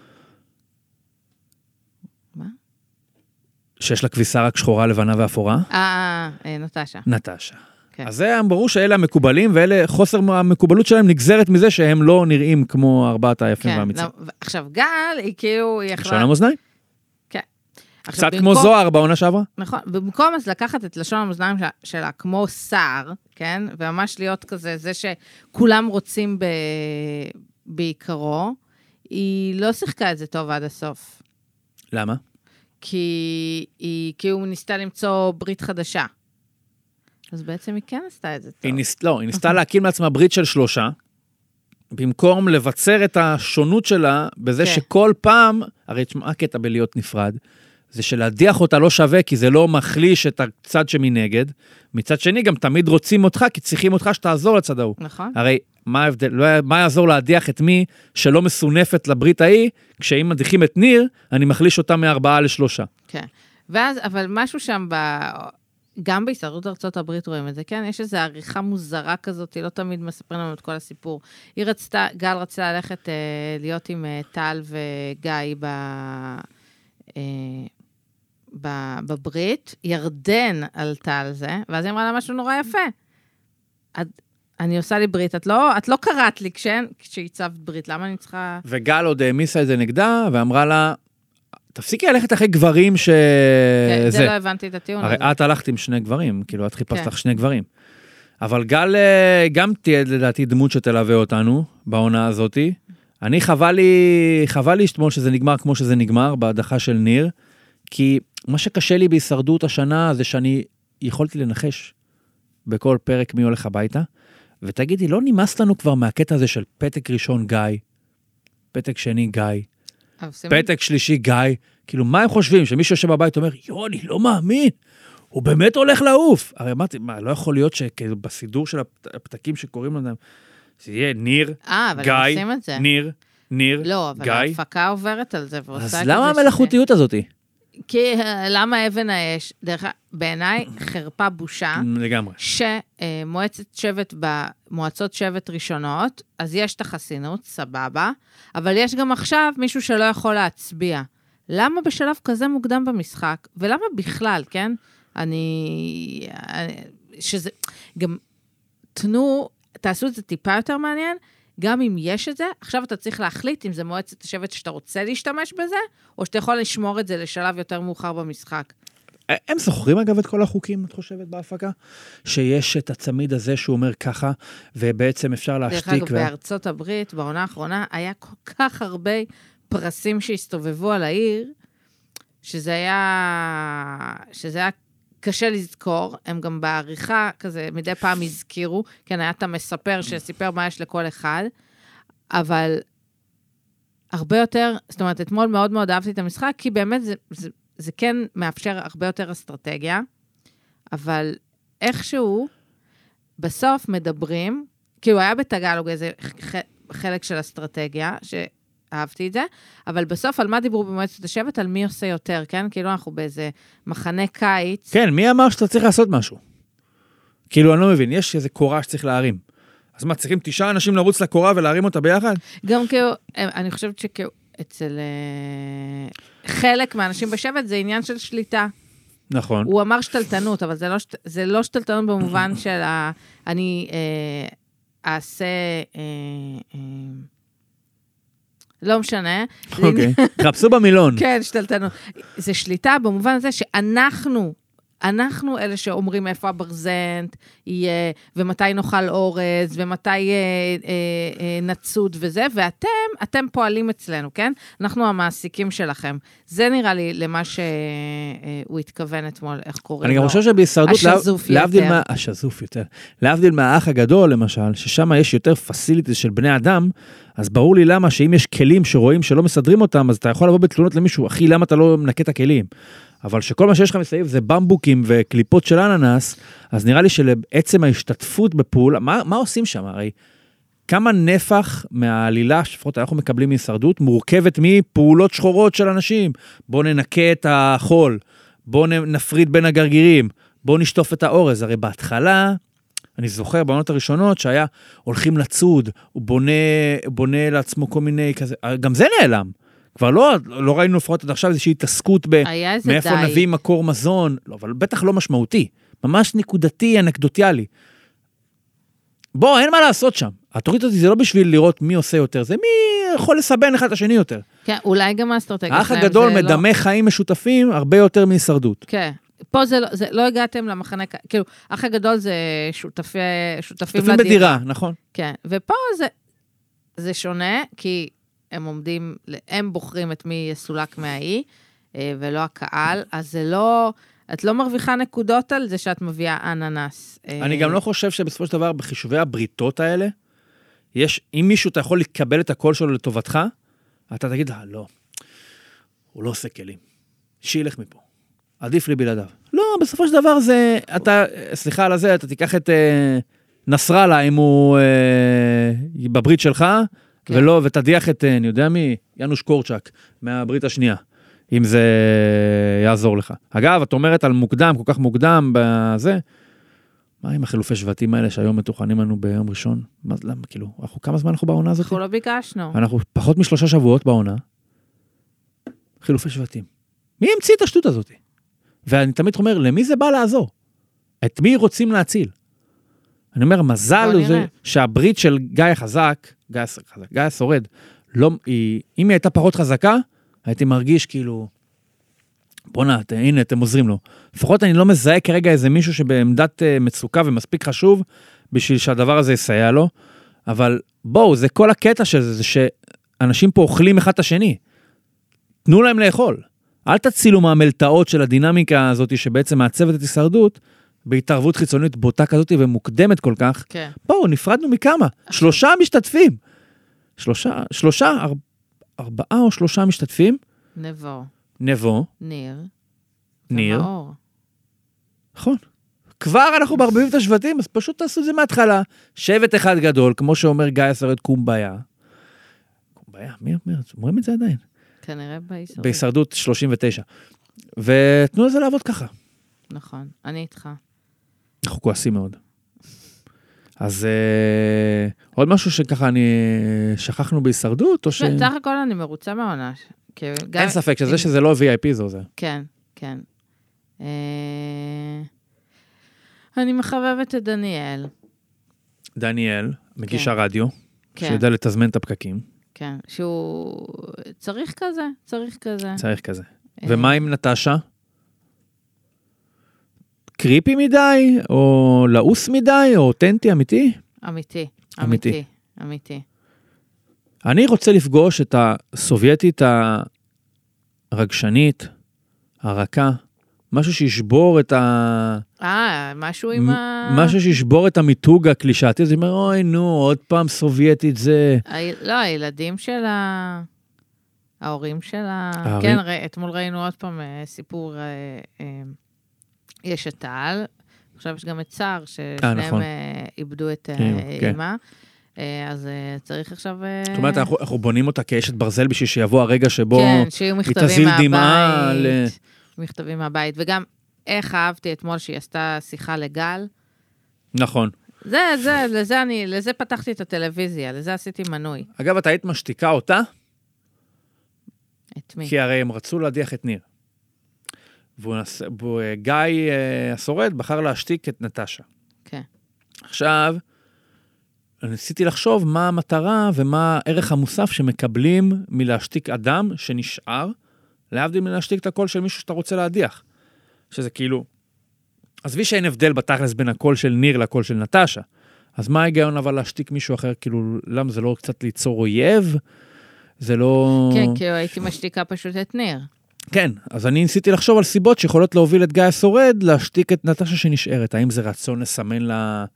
מה? שיש לה כביסה רק שחורה, לבנה ואפורה. נטשה. נטשה. כן. אז זה ברור שאלה המקובלים, ואלה חוסר המקובלות שלהם נגזרת מזה שהם לא נראים כמו ארבעת היפים כן, והאמיצים. לא, עכשיו גל היא כאילו... לשון המאזניים? כן. קצת כמו זוהר בעונה שעברה. נכון, במקום אז לקחת את לשון המאזניים שלה כמו שר, כן? וממש להיות כזה, זה שכולם רוצים בעיקרו, היא לא שיחקה את זה טוב עד הסוף. למה? כי הוא ניסתה למצוא ברית חדשה. אז בעצם היא כן עשתה את זה טוב. היא ניסתה להקים לעצמה ברית של 3, במקום לבצר את השונות שלה, בזה שכל פעם, הרי תשמע קטע בלהיות נפרד, זה שלהדיח אותה לא שווה, כי זה לא מחליש את הצד שמנגד. מצד שני, גם תמיד רוצים אותך, כי צריכים אותך שתעזור לצד ההוא. נכון. הרי מה ההבדל? מה יעזור להדיח את מי שלא מסונפת לברית ההיא, כשאם מדיחים את ניר, אני מחליש אותה מ4 ל3. כן. ואז, אבל משהו שם גם בהישרדות ארצות הברית רואים את זה, כן? יש איזו עריכה מוזרה כזאת, לא תמיד מספרים לנו את כל הסיפור. גל רצתה ללכת להיות עם טל וגיא בברית, ירדן עלתה על זה, ואז היא אמרה לה משהו נורא יפה. אני עושה לי ברית, את לא קראת לי כשהצבת ברית, למה אני צריכה... וגל עוד העמיסה את זה נגדה, ואמרה לה, תפסיקי ללכת אחרי גברים ש... זה לא הבנתי את הטיעון. הרי את הלכת עם 2 גברים, כאילו את חיפשת לך 2 גברים. אבל גל גם תהיה לדעתי דמות שתלווה אותנו בעונה הזאת. אני חבל לי אתמול שזה נגמר כמו שזה נגמר, בהדחה של ניר, כי מה שקשה לי בהישרדות השנה זה שאני יכולתי לנחש בכל פרק מי הולך הביתה, ותגידי, לא נמאס לנו כבר מהקטע הזה של פתק ראשון גיא, פתק שני גיא, פתק שלישי גיא, כאילו מה הם חושבים? שמישהו יושב בבית אומר, אני לא מאמין, הוא באמת הולך לעוף. הרי אמרתי, מה, לא יכול להיות שבסידור של הפתקים שקוראים להם, זה יהיה ניר, גיא, ניר, גיא. לא, אבל ההפקה עוברת על זה ועושה את זה. אז למה המלאכותיות הזאת? כי למה אבן האש? בעיניי חרפה בושה. לגמרי. שמועצת שבט במועצות שבט ראשונות, אז יש את החסינות, סבבה, אבל יש גם עכשיו מישהו שלא יכול להצביע. למה בשלב כזה מוקדם במשחק? ולמה בכלל, כן? שזה, גם תעשו את זה טיפה יותר מעניין, גם אם יש את זה, עכשיו אתה צריך להחליט אם זה מועצת השבט שאתה רוצה להשתמש בזה, או שאתה יכול לשמור את זה לשלב יותר מאוחר במשחק. הם זוכרים אגב את כל החוקים, את חושבת, בהפקה? שיש את הצמיד הזה שהוא אומר ככה, ובעצם אפשר להשתיק. דרך אגב, בארצות הברית, בעונה האחרונה, היה כל כך הרבה פרסים שהסתובבו על העיר, שזה היה קשה לזכור, הם גם בעריכה כזה, מדי פעם הזכירו, כן, היה את המספר שסיפר מה יש לכל אחד, אבל הרבה יותר, זאת אומרת, אתמול מאוד מאוד אהבתי את המשחק, כי באמת זה כן מאפשר הרבה יותר אסטרטגיה, אבל איכשהו, בסוף מדברים, כאילו היה בתגלוג איזה חלק של אסטרטגיה, אהבתי את זה, אבל בסוף על מה דיברו במועצת השבט? על מי עושה יותר, כן? כאילו אנחנו באיזה מחנה קיץ. כן, מי אמר שאתה צריך לעשות משהו? כאילו, אני לא מבין, יש איזה קורה שצריך להרים. אז מה, צריכים 9 אנשים לרוץ לקורה ולהרים אותה ביחד? גם כאילו, אני חושבת שכאילו, אצל חלק מהאנשים בשבט זה עניין של שליטה. נכון. הוא אמר שתלטנות, אבל זה לא שתלטנות במובן של אני אעשה... לא משנה. אוקיי, חפשו במילון. כן, שתלטנו. זה שליטה במובן הזה שאנחנו אלה שאומרים איפה הברזנט יהיה, ומתי נאכל אורז, ומתי נצוד וזה, ואתם פועלים אצלנו, כן? אנחנו המעסיקים שלכם. זה נראה לי למה שהוא התכוון אתמול, איך קוראים לו. אני גם חושב שבהישרדות, השזוף יותר. להבדיל מהאח הגדול, למשל, ששם יש יותר פסיליטיז של בני אדם, אז ברור לי למה שאם יש כלים שרואים שלא מסדרים אותם, אז אתה יכול לבוא בתלונות למישהו, אחי, למה אתה לא מנקה את הכלים? אבל שכל מה שיש לך מסביב זה במבוקים וקליפות של אננס, אז נראה לי שלעצם ההשתתפות בפעולה, מה עושים שם? הרי כמה נפח מהעלילה, שפחות אנחנו מקבלים מהישרדות, מורכבת מפעולות שחורות של אנשים. בוא ננקה את החול, בוא נפריד בין הגרגירים, בוא נשטוף את האורז. הרי בהתחלה, אני זוכר בעונות הראשונות שהיה הולכים לצוד, הוא בונה לעצמו כל מיני כזה, גם זה נעלם. כבר לא ראינו לפחות עד עכשיו איזושהי התעסקות מאיפה נביא מקור מזון, לא, אבל בטח לא משמעותי, ממש נקודתי, אנקדוטיאלי. בוא, אין מה לעשות שם. התוכנית הזאת זה לא בשביל לראות מי עושה יותר, זה מי יכול לסבן אחד את השני יותר. כן, אולי גם האסטרטגיה האח הגדול מדמה חיים משותפים הרבה יותר מהישרדות. כן. פה לא הגעתם למחנה, כאילו, האח הגדול זה שותפים בדירה, נכון. כן, ופה זה שונה, כי הם בוחרים את מי יסולק מהאי, ולא הקהל, אז זה לא, את לא מרוויחה נקודות על זה שאת מביאה אננס. אני גם לא חושב שבסופו של דבר, בחישובי הבריתות האלה, אם מישהו אתה יכול לקבל את הקול שלו לטובתך, אתה תגיד, לא, הוא לא עושה כלים, שילך מפה, עדיף לי בלעדיו. לא, בסופו של דבר זה, סליחה על הזה, אתה תיקח את נסראללה, אם הוא בברית שלך, ולא, ותדיח את, אני יודע מי, ינוש קורצ'ק, מהברית השנייה, אם זה יעזור לך. אגב, את אומרת על מוקדם, כל כך מוקדם בזה, מה עם החילופי שבטים האלה שהיום מתוכנים לנו ביום ראשון? למה, כאילו, כמה זמן אנחנו בעונה הזאת? אנחנו לא ביקשנו. אנחנו פחות מ3 שבועות בעונה. חילופי שבטים. מי המציא את השטות הזאת? ואני תמיד אומר, למי זה בא לעזור? את מי רוצים להציל? אני אומר, מזל זה שהברית של גיא חזק, גיא שורד, לא, אם היא הייתה פחות חזקה, הייתי מרגיש כאילו, בונה, הנה, אתם עוזרים לו. לפחות אני לא מזהה כרגע איזה מישהו שבעמדת מצוקה ומספיק חשוב, בשביל שהדבר הזה יסייע לו, אבל בואו, זה כל הקטע של זה, זה שאנשים פה אוכלים אחד את השני. תנו להם לאכול. אל תצילו מהמלטאות של הדינמיקה הזאת, שבעצם מעצבת את הישרדות, בהתערבות חיצונית בוטה כזאת ומוקדמת כל כך. כן. בואו, נפרדנו מכמה. 3 משתתפים. 4 או 3 משתתפים. נבו. ניר. ומאור. נכון. כבר אנחנו מערבבים את השבטים, אז פשוט תעשו את זה מההתחלה. שבט אחד גדול, כמו שאומר גיא שורד, קומביה. קומביה? מי אומר? אומרים את זה עדיין. כנראה בהישרדות. בהישרדות 39. ותנו לזה לעבוד ככה. נכון, אני איתך. אנחנו כועסים מאוד. אז עוד משהו שככה שכחנו בהישרדות, או ש... סך הכל אני מרוצה מהעונה. אין ספק שזה לא VIP זה עוזר. כן, כן. אני מחבבת את דניאל. דניאל, מגיש הרדיו, שיודע לתזמן את הפקקים. כן, שהוא צריך כזה. צריך כזה. ומה עם נטשה? קריפי מדי, או לעוס מדי, או אותנטי, אמיתי? אמיתי. אני רוצה לפגוש את הסובייטית הרגשנית, הרכה, משהו שישבור את משהו עם משהו שישבור את המיתוג הקלישאתי, זה אומר, אוי, נו, עוד פעם סובייטית זה... לא, הילדים שלה, ההורים שלה, כן, אתמול ראינו עוד פעם סיפור, יש את טל, עכשיו יש גם את צער, ששניהם איבדו את אימא, אז צריך עכשיו... זאת אומרת, אנחנו בונים אותה כאשת ברזל בשביל שיבוא הרגע שבו היא תזיל דמעה. מכתבים מהבית, וגם איך אהבתי אתמול שהיא עשתה שיחה לגל. נכון. לזה פתחתי את הטלוויזיה, לזה עשיתי מנוי. אגב, אתה היית משתיקה אותה? את מי? כי הרי הם רצו להדיח את ניר. גיא השורד בחר להשתיק את נטשה. כן. עכשיו, ניסיתי לחשוב מה המטרה ומה הערך המוסף שמקבלים מלהשתיק אדם שנשאר, להבדיל מלהשתיק את הקול של מישהו שאתה רוצה להדיח. שזה כאילו, עזבי שאין הבדל בתכלס בין הקול של ניר לקול של נטשה. אז מה ההיגיון אבל להשתיק מישהו אחר? כאילו, למה זה לא קצת ליצור אויב? זה לא... כן, כי הייתי משתיקה פשוט את ניר. כן, אז אני ניסיתי לחשוב על סיבות שיכולות להוביל את גיא השורד, להשתיק את נטשה שנשארת. האם זה רצון לסמן לה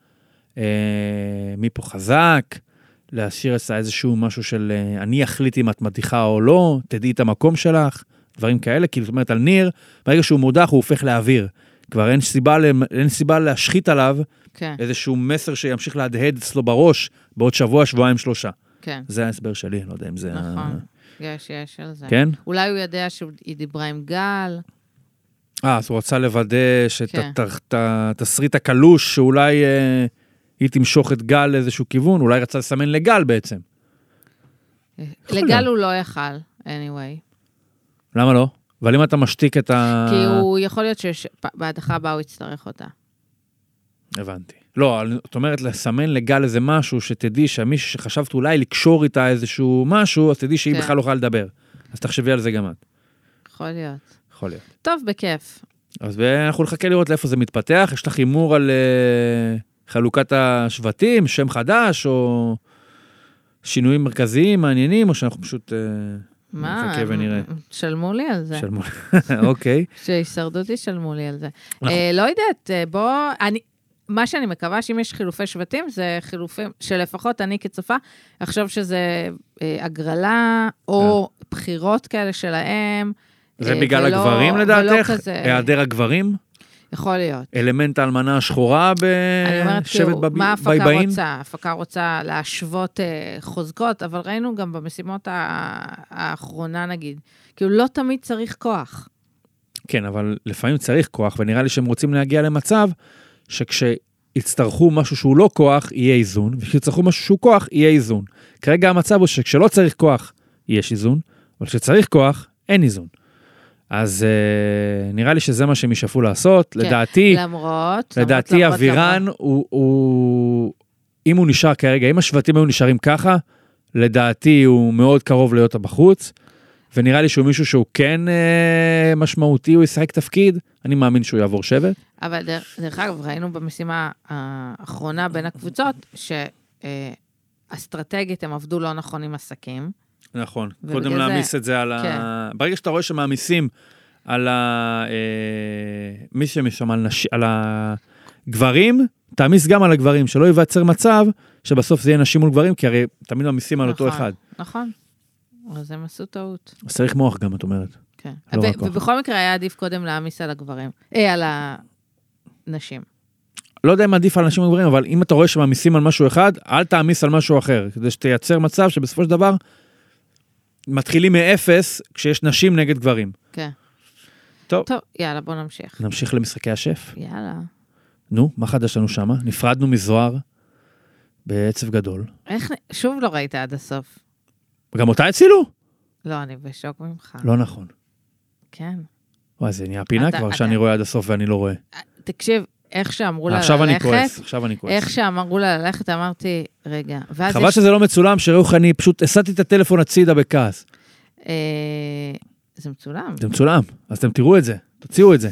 מי פה חזק, להשאיר אצלה איזשהו משהו של אני אחליט אם את מדיחה או לא, תדעי את המקום שלך, דברים כאלה, כאילו זאת אומרת על ניר, ברגע שהוא מודח הוא הופך לאוויר. כבר אין סיבה להשחית עליו איזשהו מסר שימשיך להדהד אצלו בראש בעוד שבוע, שבועיים, 3. כן. זה ההסבר שלי, לא יודע אם זה... נכון, יש על זה. כן? אולי הוא יודע שהיא דיברה עם גל. אז הוא רצה לוודא שתסריט הקלוש, שאולי היא תמשוך את גל לאיזשהו כיוון, אולי רצה לסמן לגל בעצם. לגל הוא לא יכל, anyway. למה לא? אבל אם אתה משתיק את כי הוא יכול להיות שבהדחה הבאה הוא יצטרך אותה. הבנתי. לא, זאת אומרת, לסמן לגל איזה משהו, שתדעי שהמישהו שחשבת אולי לקשור איתה איזשהו משהו, אז תדעי שהיא בכלל לא יכולה לדבר. אז תחשבי על זה גם את. יכול להיות. יכול להיות. טוב, בכיף. אז אנחנו נחכה לראות לאיפה זה מתפתח. יש לך הימור על חלוקת השבטים, שם חדש, או שינויים מרכזיים, מעניינים, או שאנחנו פשוט... מה? שלמו לי על זה. שלמו לי, אוקיי. שהישרדות ישלמו לי על זה. לא יודעת, מה שאני מקווה שאם יש חילופי שבטים, זה חילופים שלפחות אני כצופה, אחשוב שזה הגרלה או בחירות כאלה שלהם. זה בגלל הגברים לדעתך? היעדר הגברים? יכול להיות. אלמנט האלמנה השחורה בשבט בבאים? מה ההפקה רוצה? ההפקה רוצה להשוות חוזקות, אבל ראינו גם במשימות האחרונה נגיד, כאילו לא תמיד צריך כוח. כן, אבל לפעמים צריך כוח, ונראה לי שהם רוצים להגיע למצב שכשיצטרכו משהו שהוא לא כוח, יהיה איזון, וכשיצטרכו משהו שהוא כוח, יהיה איזון. כרגע המצב הוא שכשלא צריך כוח, יש איזון, אבל כשצריך כוח, אין איזון. אז נראה לי שזה מה שהם ישאפו לעשות. לדעתי אבירן, אם הוא נשאר כרגע, אם השבטים היו נשארים ככה, לדעתי הוא מאוד קרוב להיות בחוץ, ונראה לי שהוא מישהו שהוא כן משמעותי, הוא ישחק תפקיד, אני מאמין שהוא יעבור שבט. אבל דרך אגב, ראינו במשימה האחרונה בין הקבוצות, שאסטרטגית הם עבדו לא נכון עם עסקים, נכון, קודם להמיס את זה על ברגע שאתה רואה שמאמיסים על מי שמשם על הגברים, תאמיס גם על הגברים, שלא ייווצר מצב שבסוף זה יהיה נשים מול גברים, כי הרי תמיד מאמיסים על אותו אחד. נכון, אז הם עשו טעות. אז צריך מוח גם, את אומרת. כן, ובכל מקרה היה עדיף קודם להאמיס על הגברים, על הנשים. לא יודע אם עדיף על נשים וגברים, אבל אם אתה רואה שמאמיסים על משהו אחד, אל תאמיס על משהו אחר, כדי שתייצר מצב שבסופו של דבר מתחילים מאפס כשיש נשים נגד גברים. כן. טוב. טוב, יאללה, בוא נמשיך. נמשיך למשחקי השף. יאללה. נו, מה חדש לנו שמה? נפרדנו מזוהר בעצב גדול. שוב לא ראית עד הסוף. גם אותה הצילו? לא, אני בשוק ממך. לא נכון. כן. וואי, זה נהיה פינה כבר שאני רואה עד הסוף ואני לא רואה. תקשיב, איך שאמרו לה ללכת... עכשיו אני כועס. איך שאמרו לה ללכת, אמרתי, רגע. חבל שזה לא מצולם, שראו איך אני פשוט הסעתי את הטלפון הצידה בכעס. זה מצולם. זה מצולם, אז אתם תראו את זה, תוציאו את זה.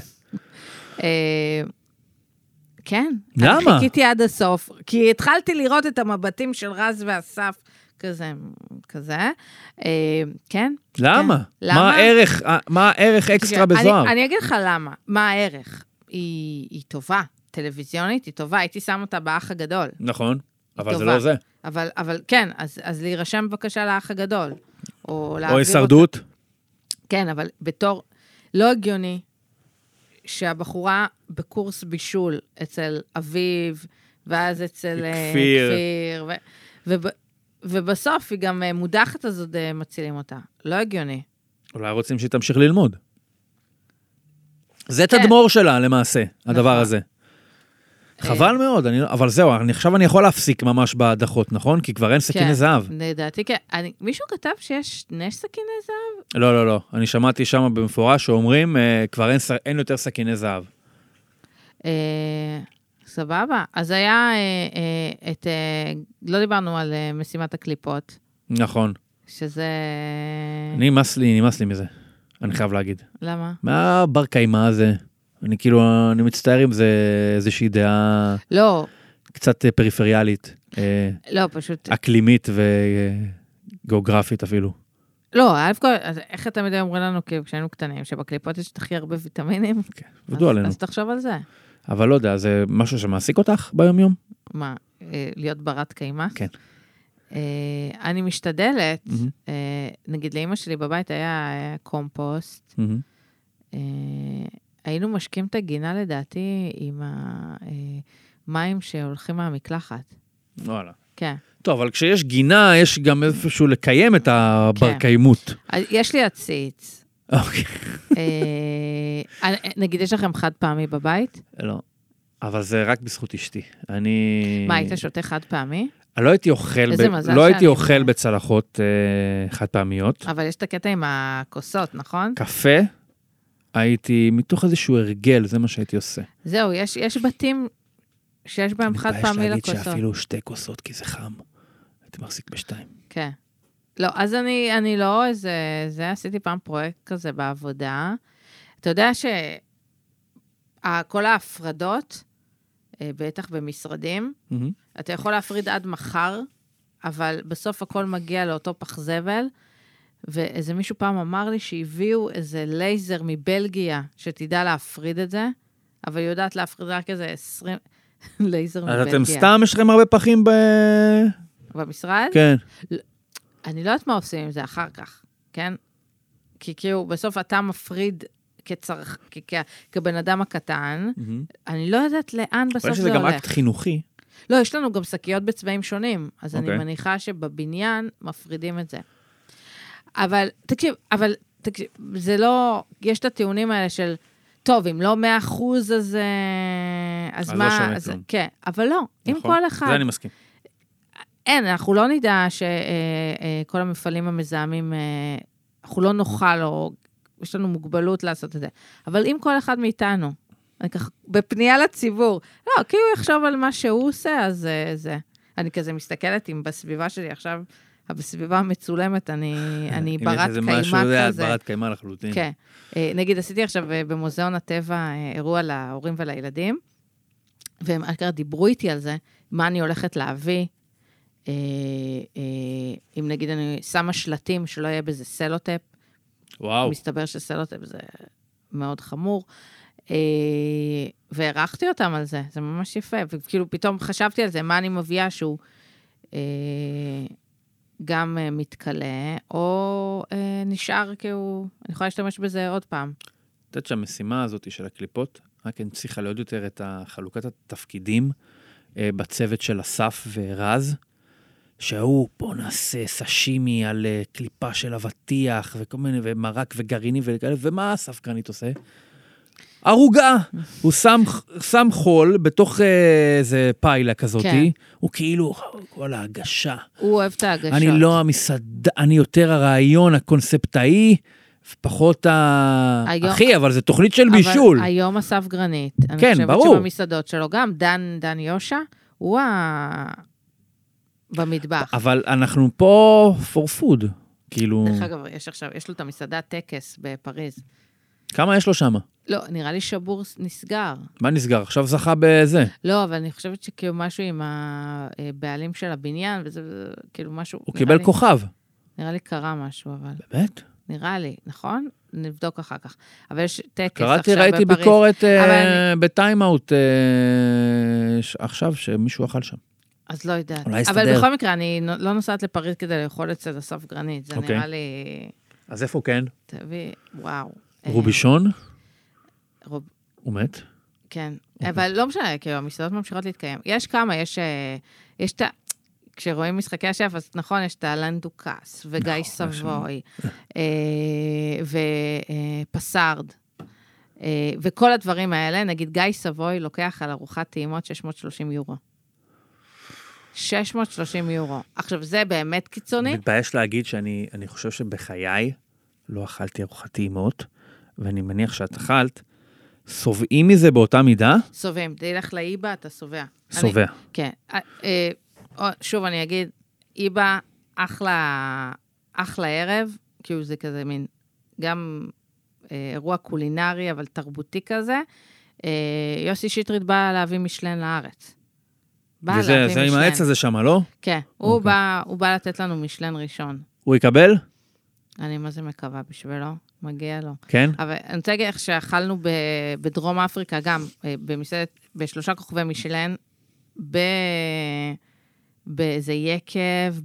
כן. למה? אני חיכיתי עד הסוף, כי התחלתי לראות את המבטים של רז ואסף, כזה. כן. למה? מה הערך אקסטרה בזוהר? אני אגיד לך למה. מה הערך? היא טובה, טלוויזיונית, היא טובה, הייתי שם אותה באח הגדול. נכון, אבל זה לא זה. אבל כן, אז להירשם בבקשה לאח הגדול. או הישרדות. כן, אבל בתור לא הגיוני שהבחורה בקורס בישול אצל אביב, ואז אצל כפיר, ובסוף היא גם מודחת, אז עוד מצילים אותה. לא הגיוני. אולי רוצים שהיא תמשיך ללמוד. זה תדמור שלה למעשה, הדבר הזה. חבל מאוד, אבל זהו, עכשיו אני יכול להפסיק ממש בהדחות, נכון? כי כבר אין סכיני זהב. לדעתי, כן. מישהו כתב שיש 2 סכיני זהב? לא. אני שמעתי שם במפורש שאומרים, כבר אין יותר סכיני זהב. סבבה. אז היה לא דיברנו על משימת הקליפות. נכון. שזה... נמאס לי מזה. אני חייב להגיד. למה? מה בר קיימה הזה? אני מצטער אם זה איזושהי דעה... לא. קצת פריפריאלית. לא, פשוט... אקלימית וגיאוגרפית אפילו. לא, איך תמיד אומרים לנו, כשהיינו קטנים, שבקליפות יש הכי הרבה ויטמינים? כן, ודאו עלינו. אז תחשוב על זה. אבל לא יודע, זה משהו שמעסיק אותך ביום יום? מה, להיות ברת קיימה? כן. אני משתדלת, נגיד לאמא שלי בבית היה קומפוסט, היינו משקים את הגינה לדעתי עם המים שהולכים מהמקלחת. וואלה. כן. טוב, אבל כשיש גינה, יש גם איפשהו לקיים את הבר-קיימות. יש לי עציץ. אוקיי. נגיד, יש לכם חד פעמי בבית? לא. אבל זה רק בזכות אשתי. מה, היית שותה חד פעמי? לא הייתי אוכל בצלחות חד פעמיות. אבל יש את הקטע עם הכוסות, נכון? קפה, הייתי מתוך איזשהו הרגל, זה מה שהייתי עושה. זהו, יש בתים שיש בהם חד פעמי לכוסות. אני להגיד שאפילו 2 כוסות, כי זה חם. הייתי מחזיק ב2. כן. לא, אז אני לא זה עשיתי פעם פרויקט כזה בעבודה. אתה יודע שכל ההפרדות, בטח במשרדים, אתה יכול להפריד עד מחר, אבל בסוף הכל מגיע לאותו פח זבל, ואיזה מישהו פעם אמר לי שהביאו איזה לייזר מבלגיה, שתדע להפריד את זה, אבל היא יודעת להפריד רק איזה 20 לייזר מבלגיה. אז אתם סתם יש לכם הרבה פחים במשרד? כן. אני לא יודעת מה עושים עם זה אחר כך, כן? כי כאילו בסוף אתה מפריד כבן אדם הקטן, אני לא יודעת לאן בסוף זה הולך. אבל שזה גם אקט חינוכי. לא, יש לנו גם שקיות בצבעים שונים, אז אני מניחה שבבניין מפרידים את זה. אבל תקשיב, זה לא, יש את הטיעונים האלה של, טוב, אם לא 100%, אז מה? לא שומע כלום. כן, אבל לא, אם כל אחד... זה אני מסכים. אנחנו לא נדע שכל המפעלים המזהמים, אנחנו לא נוכל, או יש לנו מוגבלות לעשות את זה. אבל אם כל אחד מאיתנו, בפנייה לציבור, לא, כי הוא יחשוב על מה שהוא עושה, אז זה. אני כזה מסתכלת אם בסביבה שלי עכשיו, בסביבה המצולמת, אני ברת קיימה כזה. אם יש איזה משהו, זה ברת קיימה לחלוטין. כן. נגיד, עשיתי עכשיו במוזיאון הטבע אירוע להורים ולילדים, והם דיברו איתי על זה, מה אני הולכת להביא, אם נגיד אני שמה שלטים שלא יהיה בזה סלוטפ, וואו. מסתבר שסלוטפ זה מאוד חמור, והערכתי אותם על זה, זה ממש יפה, וכאילו פתאום חשבתי על זה, מה אני מביאה שהוא גם מתקלה, או נשאר כאילו, אני יכולה להשתמש בזה עוד פעם. את יודעת שהמשימה הזאת של הקליפות, רק אני צריכה לעוד יותר את חלוקת התפקידים בצוות של אסף ורז, שהוא, בוא נעשה סשימי על קליפה של אבטיח, וכל מיני, ומרק וגרעינים וכאלה, ומה אסף גרנית עושה? ערוגה. הוא שם חול בתוך איזה פיילה כזאת, הוא כאילו, כל ההגשה. הוא אוהב את ההגשות. אני לא המסעדה, אני יותר הרעיון הקונספטאי, פחות אחי, אבל זה תוכנית של בישול. אבל היום אסף גרנית. כן, ברור. אני חושבת שבמסעדות שלו גם, דן יושע, הוא במטבח. אבל אנחנו פה for food, כאילו... דרך אגב, יש לו את המסעדה טקס בפריז. כמה יש לו שם? לא, נראה לי שבור נסגר. מה נסגר? עכשיו זכה בזה. לא, אבל אני חושבת שכאילו משהו עם הבעלים של הבניין, וזה כאילו משהו... הוא קיבל כוכב. נראה לי קרה משהו, אבל... באמת? נראה לי, נכון? נבדוק אחר כך. אבל יש טקס קראתי, עכשיו בפריז. ראיתי ביקורת בטיימאוט עכשיו, שמישהו אכל שם. אז לא יודעת. אולי יסתדר. אבל בכל מקרה, אני לא נוסעת לפריז כדי לאכול אצל אסף גרנית. זה נראה לי... אז איפה כן? תביא, וואו. רובישון? הוא מת? כן. אבל לא משנה, כאילו, המסעדות ממשיכות להתקיים. יש כמה, יש את... כשרואים משחקי השף, אז נכון, יש את אלן דוקס, וגיא סבוי, ופסארד, וכל הדברים האלה, נגיד גיא סבוי לוקח על ארוחת טעימות 630 יורו. 630 יורו. עכשיו, זה באמת קיצוני? מתבייש להגיד שאני חושב שבחיי לא אכלתי ארוחת טעימות, ואני מניח שאת אכלת, סובעים מזה באותה מידה? סובעים. תלך לאיבה, אתה סובע. סובע. כן. שוב, אני אגיד, איבה, אחלה ערב, כאילו זה כזה מין, גם אירוע קולינרי, אבל תרבותי כזה. יוסי שטרית בא להביא משלן לארץ. וזה עם העץ הזה שם, לא? כן, הוא בא לתת לנו משלן ראשון. הוא יקבל? אני מה זה מקווה בשבילו, מגיע לו. כן? אבל אני רוצה להגיד איך שאכלנו בדרום אפריקה, גם במסעדת, ב3 כוכבי משלן, באיזה יקב,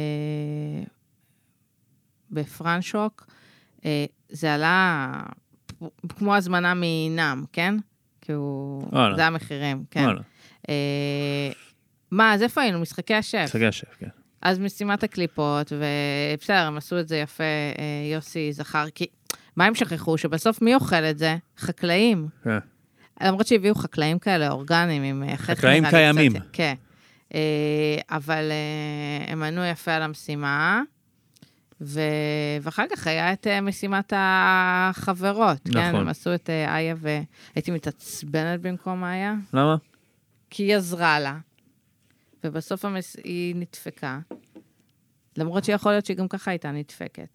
בפרנשוק, זה עלה כמו הזמנה מנם, כן? כי זה המחירים, כן. מה, אז איפה היינו? משחקי השף. משחקי השף, כן. אז משימת הקליפות, ובסדר, הם עשו את זה יפה, יוסי זכר, כי מה הם שכחו? שבסוף מי אוכל את זה? חקלאים. כן. למרות שהביאו חקלאים כאלה, אורגנים, עם חקלאים קיימים. כן. אבל הם ענו יפה על המשימה, ואחר כך היה את משימת החברות. נכון. כן, הם עשו את איה, והייתי מתעצבנת במקום איה. למה? כי היא עזרה לה, ובסוף היא נדפקה, למרות שיכול להיות שהיא גם ככה הייתה נדפקת.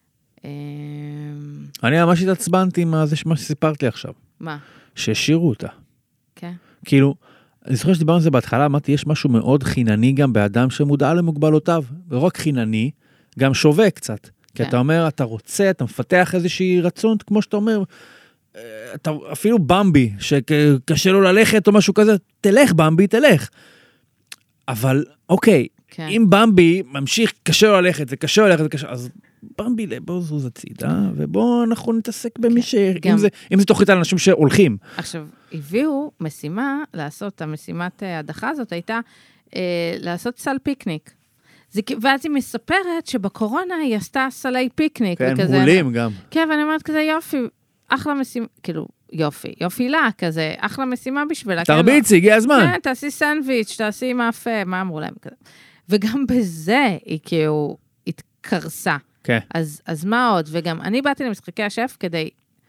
אני ממש התעצבנתי מה זה מה שסיפרת לי עכשיו. מה? שהשאירו אותה. כן. כאילו, אני זוכר שדיברנו על זה בהתחלה, אמרתי, יש משהו מאוד חינני גם באדם שמודע למוגבלותיו, ולא רק חינני, גם שווה קצת. כי אתה אומר, אתה רוצה, אתה מפתח איזושהי רצון, כמו שאתה אומר, אתה, אפילו במבי, שקשה לו ללכת או משהו כזה, תלך במבי, תלך. אבל, אוקיי, כן. אם במבי ממשיך, קשה לו ללכת, זה קשה לו ללכת, זה קשה, אז במבי, בואו זוז הצידה, ובואו אנחנו נתעסק במי ש... גם... אם זה תוכנית על אנשים שהולכים. עכשיו, הביאו משימה, לעשות, המשימת הדחה הזאת הייתה, לעשות סל פיקניק. ואז היא מספרת שבקורונה היא עשתה סלי פיקניק. כן, וכזה, מעולים גם. כן, ואני אומרת כזה, יופי, אחלה משימה, כאילו, יופי לה, כזה, אחלה משימה בשבילה. תרביצי, הגיע הזמן. כן, תעשי סנדוויץ', תעשי מאפה, מה אמרו להם כזה. וגם בזה היא כאילו התקרסה. כן. אז מה עוד? וגם אני באתי למשחקי השף כדי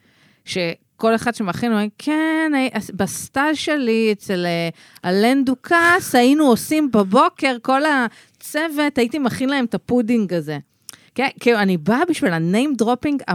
שכל אחד שמכין, הוא אומר, כן, בסטאז' שלי אצל אלן דוקס, היינו עושים בבוקר, כל הצוות, הייתי מכין להם את הפודינג הזה. כן, כאילו, אני באה בשביל הניים דרופינג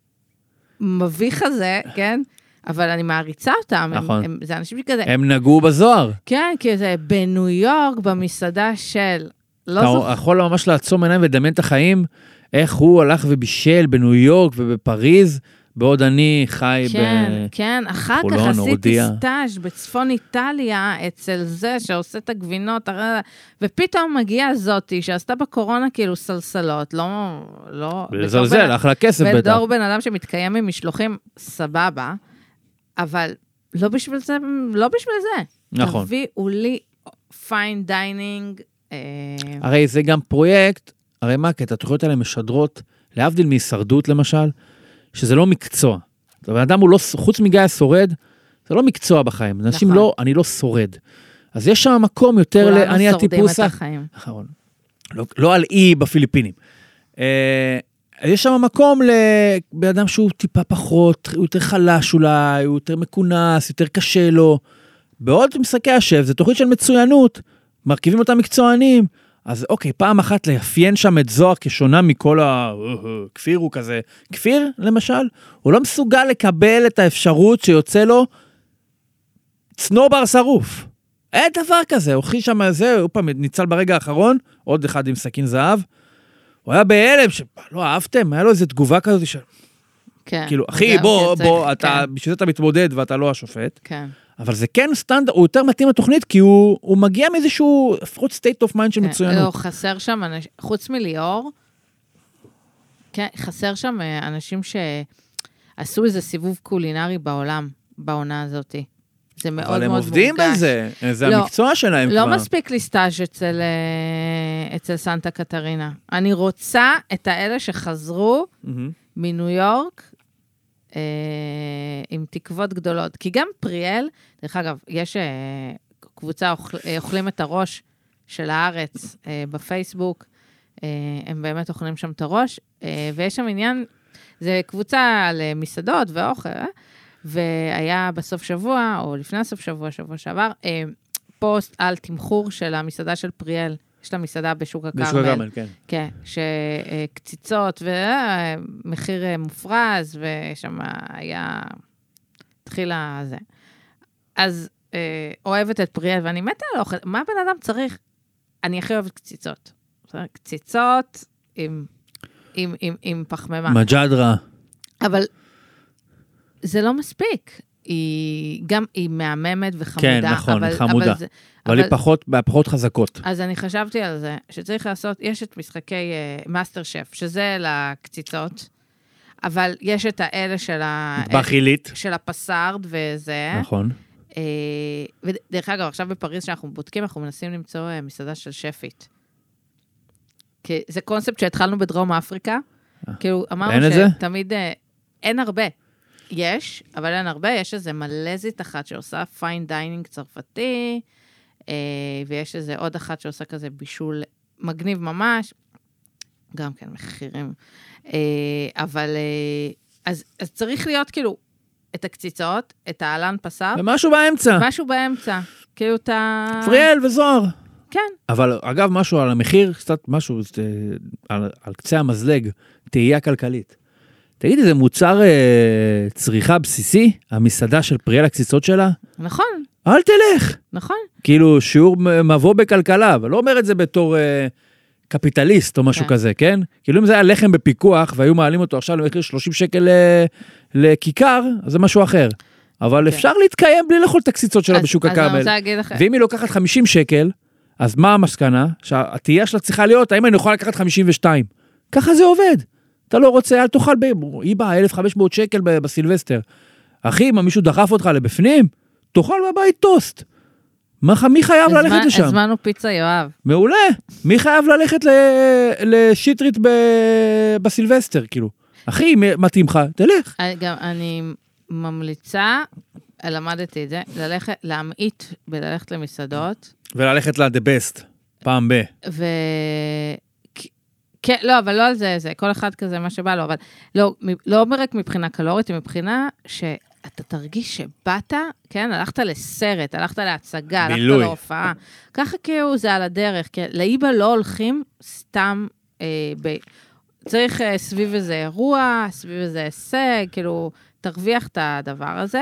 המביך הזה, כן? אבל אני מעריצה אותם. נכון. זה אנשים שכזה... הם נגעו בזוהר. כן, כי זה בניו יורק, במסעדה של... אתה יכול ממש לעצום עיניים ודמיין את החיים, איך הוא הלך ובישל בניו יורק ובפריז, בעוד אני חי בחולון, כן, אחר כך עשיתי סטאז' בצפון איטליה, אצל זה שעושה את הגבינות, ופתאום מגיעה זאתי, שעשתה בקורונה כאילו סלסלות, לא... ולזלזל, אחלה כסף בטח. בדור בן אדם שמתקיים ממשלוחים, סבבה, אבל לא בשביל זה. נכון. תביאו לי פיין דיינינג. הרי זה גם פרויקט, הרי מה, כי התוכניות האלה משדרות, להבדיל מהישרדות למשל, שזה לא מקצוע. הבן אדם הוא לא, חוץ מגיא השורד, זה לא מקצוע בחיים. אנשים לא, אני לא שורד. אז יש שם מקום יותר אני הטיפוס... כולנו שורדים את החיים. נכון. לא על אי בפיליפינים. יש שם מקום לבן אדם שהוא טיפה פחות, הוא יותר חלש אולי, הוא יותר מקונס, יותר קשה לו. בעוד משחקי השף, זה תוכנית של מצוינות, מרכיבים אותם מקצוענים, אז אוקיי, פעם אחת לאפיין שם את זוהר כשונה מכל הכפיר הוא כזה, כפיר למשל, הוא לא מסוגל לקבל את האפשרות שיוצא לו צנובר שרוף. אין דבר כזה, הוא הכי שם זה, הוא פעם ניצל ברגע האחרון, עוד אחד עם סכין זהב, הוא היה בהלם, שלא אהבתם, היה לו איזו תגובה כזאת של... כן. כאילו, אחי, בוא, אתה, בשביל זה אתה מתמודד ואתה לא השופט. כן. אבל זה כן סטנדרט, הוא יותר מתאים לתוכנית, כי הוא מגיע מאיזשהו, לפחות state of mind של מצוינות. לא, חסר שם, חוץ מליאור, כן, חסר שם אנשים שעשו איזה סיבוב קולינרי בעולם, בעונה הזאת. זה מאוד מאוד מורגש. אבל הם עובדים בזה, זה המקצוע שלהם כבר. לא מספיק לי סטאז' אצל סנטה קטרינה. אני רוצה את האלה שחזרו מניו יורק, עם תקוות גדולות. כי גם פריאל, דרך אגב, יש קבוצה אוכלים את הראש של הארץ בפייסבוק, הם באמת אוכלים שם את הראש, ויש שם עניין, זה קבוצה על מסעדות ואוכל, והיה בסוף שבוע, או לפני הסוף שבוע, שבוע שעבר, פוסט על תמחור של המסעדה של פריאל, יש לה מסעדה בשוק הכרמל. בשוק הכרמל, כן. כן, שקציצות ומחיר מופרז, ושם היה, התחילה זה. אז אוהבת את פריאל, ואני מתה על אוכל. מה בן אדם צריך? אני הכי אוהבת קציצות. קציצות עם פחמימה. מג'דרה. אבל זה לא מספיק. היא מהממת וחמודה. כן, נכון, חמודה. אבל היא פחות חזקות. אז אני חשבתי על זה, שצריך לעשות, יש את משחקי מאסטר שף, שזה לקציצות, אבל יש את האלה של הפסארד וזה. נכון. ודרך אגב, עכשיו בפריז שאנחנו בודקים, אנחנו מנסים למצוא מסעדה של שפית. כי זה קונספט שהתחלנו בדרום אפריקה, כאילו אמרנו שתמיד אין הרבה. יש, אבל אין הרבה, יש איזה מלזית אחת שעושה פיין דיינינג צרפתי, ויש איזה עוד אחת שעושה כזה בישול מגניב ממש, גם כן מחירים, אבל, אז צריך להיות כאילו, את הקציצות, את העלן פסר. ומשהו באמצע. משהו באמצע, כאילו אתה... פריאל וזוהר. כן. אבל אגב, משהו על המחיר, קצת משהו, על קצה המזלג, תהייה כלכלית. תגידי, זה מוצר צריכה בסיסי, המסעדה של פריאל הקציצות שלה? נכון. אל תלך. נכון. כאילו שיעור מבוא בכלכלה, אבל לא אומר את זה בתור קפיטליסט או משהו כזה, כן? כאילו אם זה היה לחם בפיקוח, והיו מעלים אותו עכשיו למחיר 30 שקל לכיכר, אז זה משהו אחר. אבל אפשר להתקיים בלי לאכול את הקציצות שלה בשוק הכרמל. ואם היא לוקחת 50 שקל, אז מה המסקנה? שהתהייה שלה צריכה להיות, האם אני יכול לקחת 52? ככה זה עובד. אתה לא רוצה, אל תאכל, היא באה 1,500 שקל בסילבסטר. אחי, מה מישהו דחף אותך לבפנים? תאכל בבית טוסט. מי חייב ללכת לשם? הזמנו פיצה יואב. מעולה. מי חייב ללכת לשיטרית בסילבסטר, כאילו? אחי, מתאים לך, תלך. גם אני ממליצה, למדתי את זה, להמעיט בללכת למסעדות. וללכת ל-the best, פעם ב. כן, לא, אבל לא על זה, כל אחד כזה מה שבא לו, אבל לא רק מבחינה קלורית, מבחינה שאתה תרגיש שבאת, כן, הלכת לסרט, הלכת להצגה, הלכת להופעה, ככה כאילו זה על הדרך, כי לאיבה לא הולכים סתם, צריך סביב איזה אירוע, סביב איזה הישג, כאילו, תרוויח את הדבר הזה.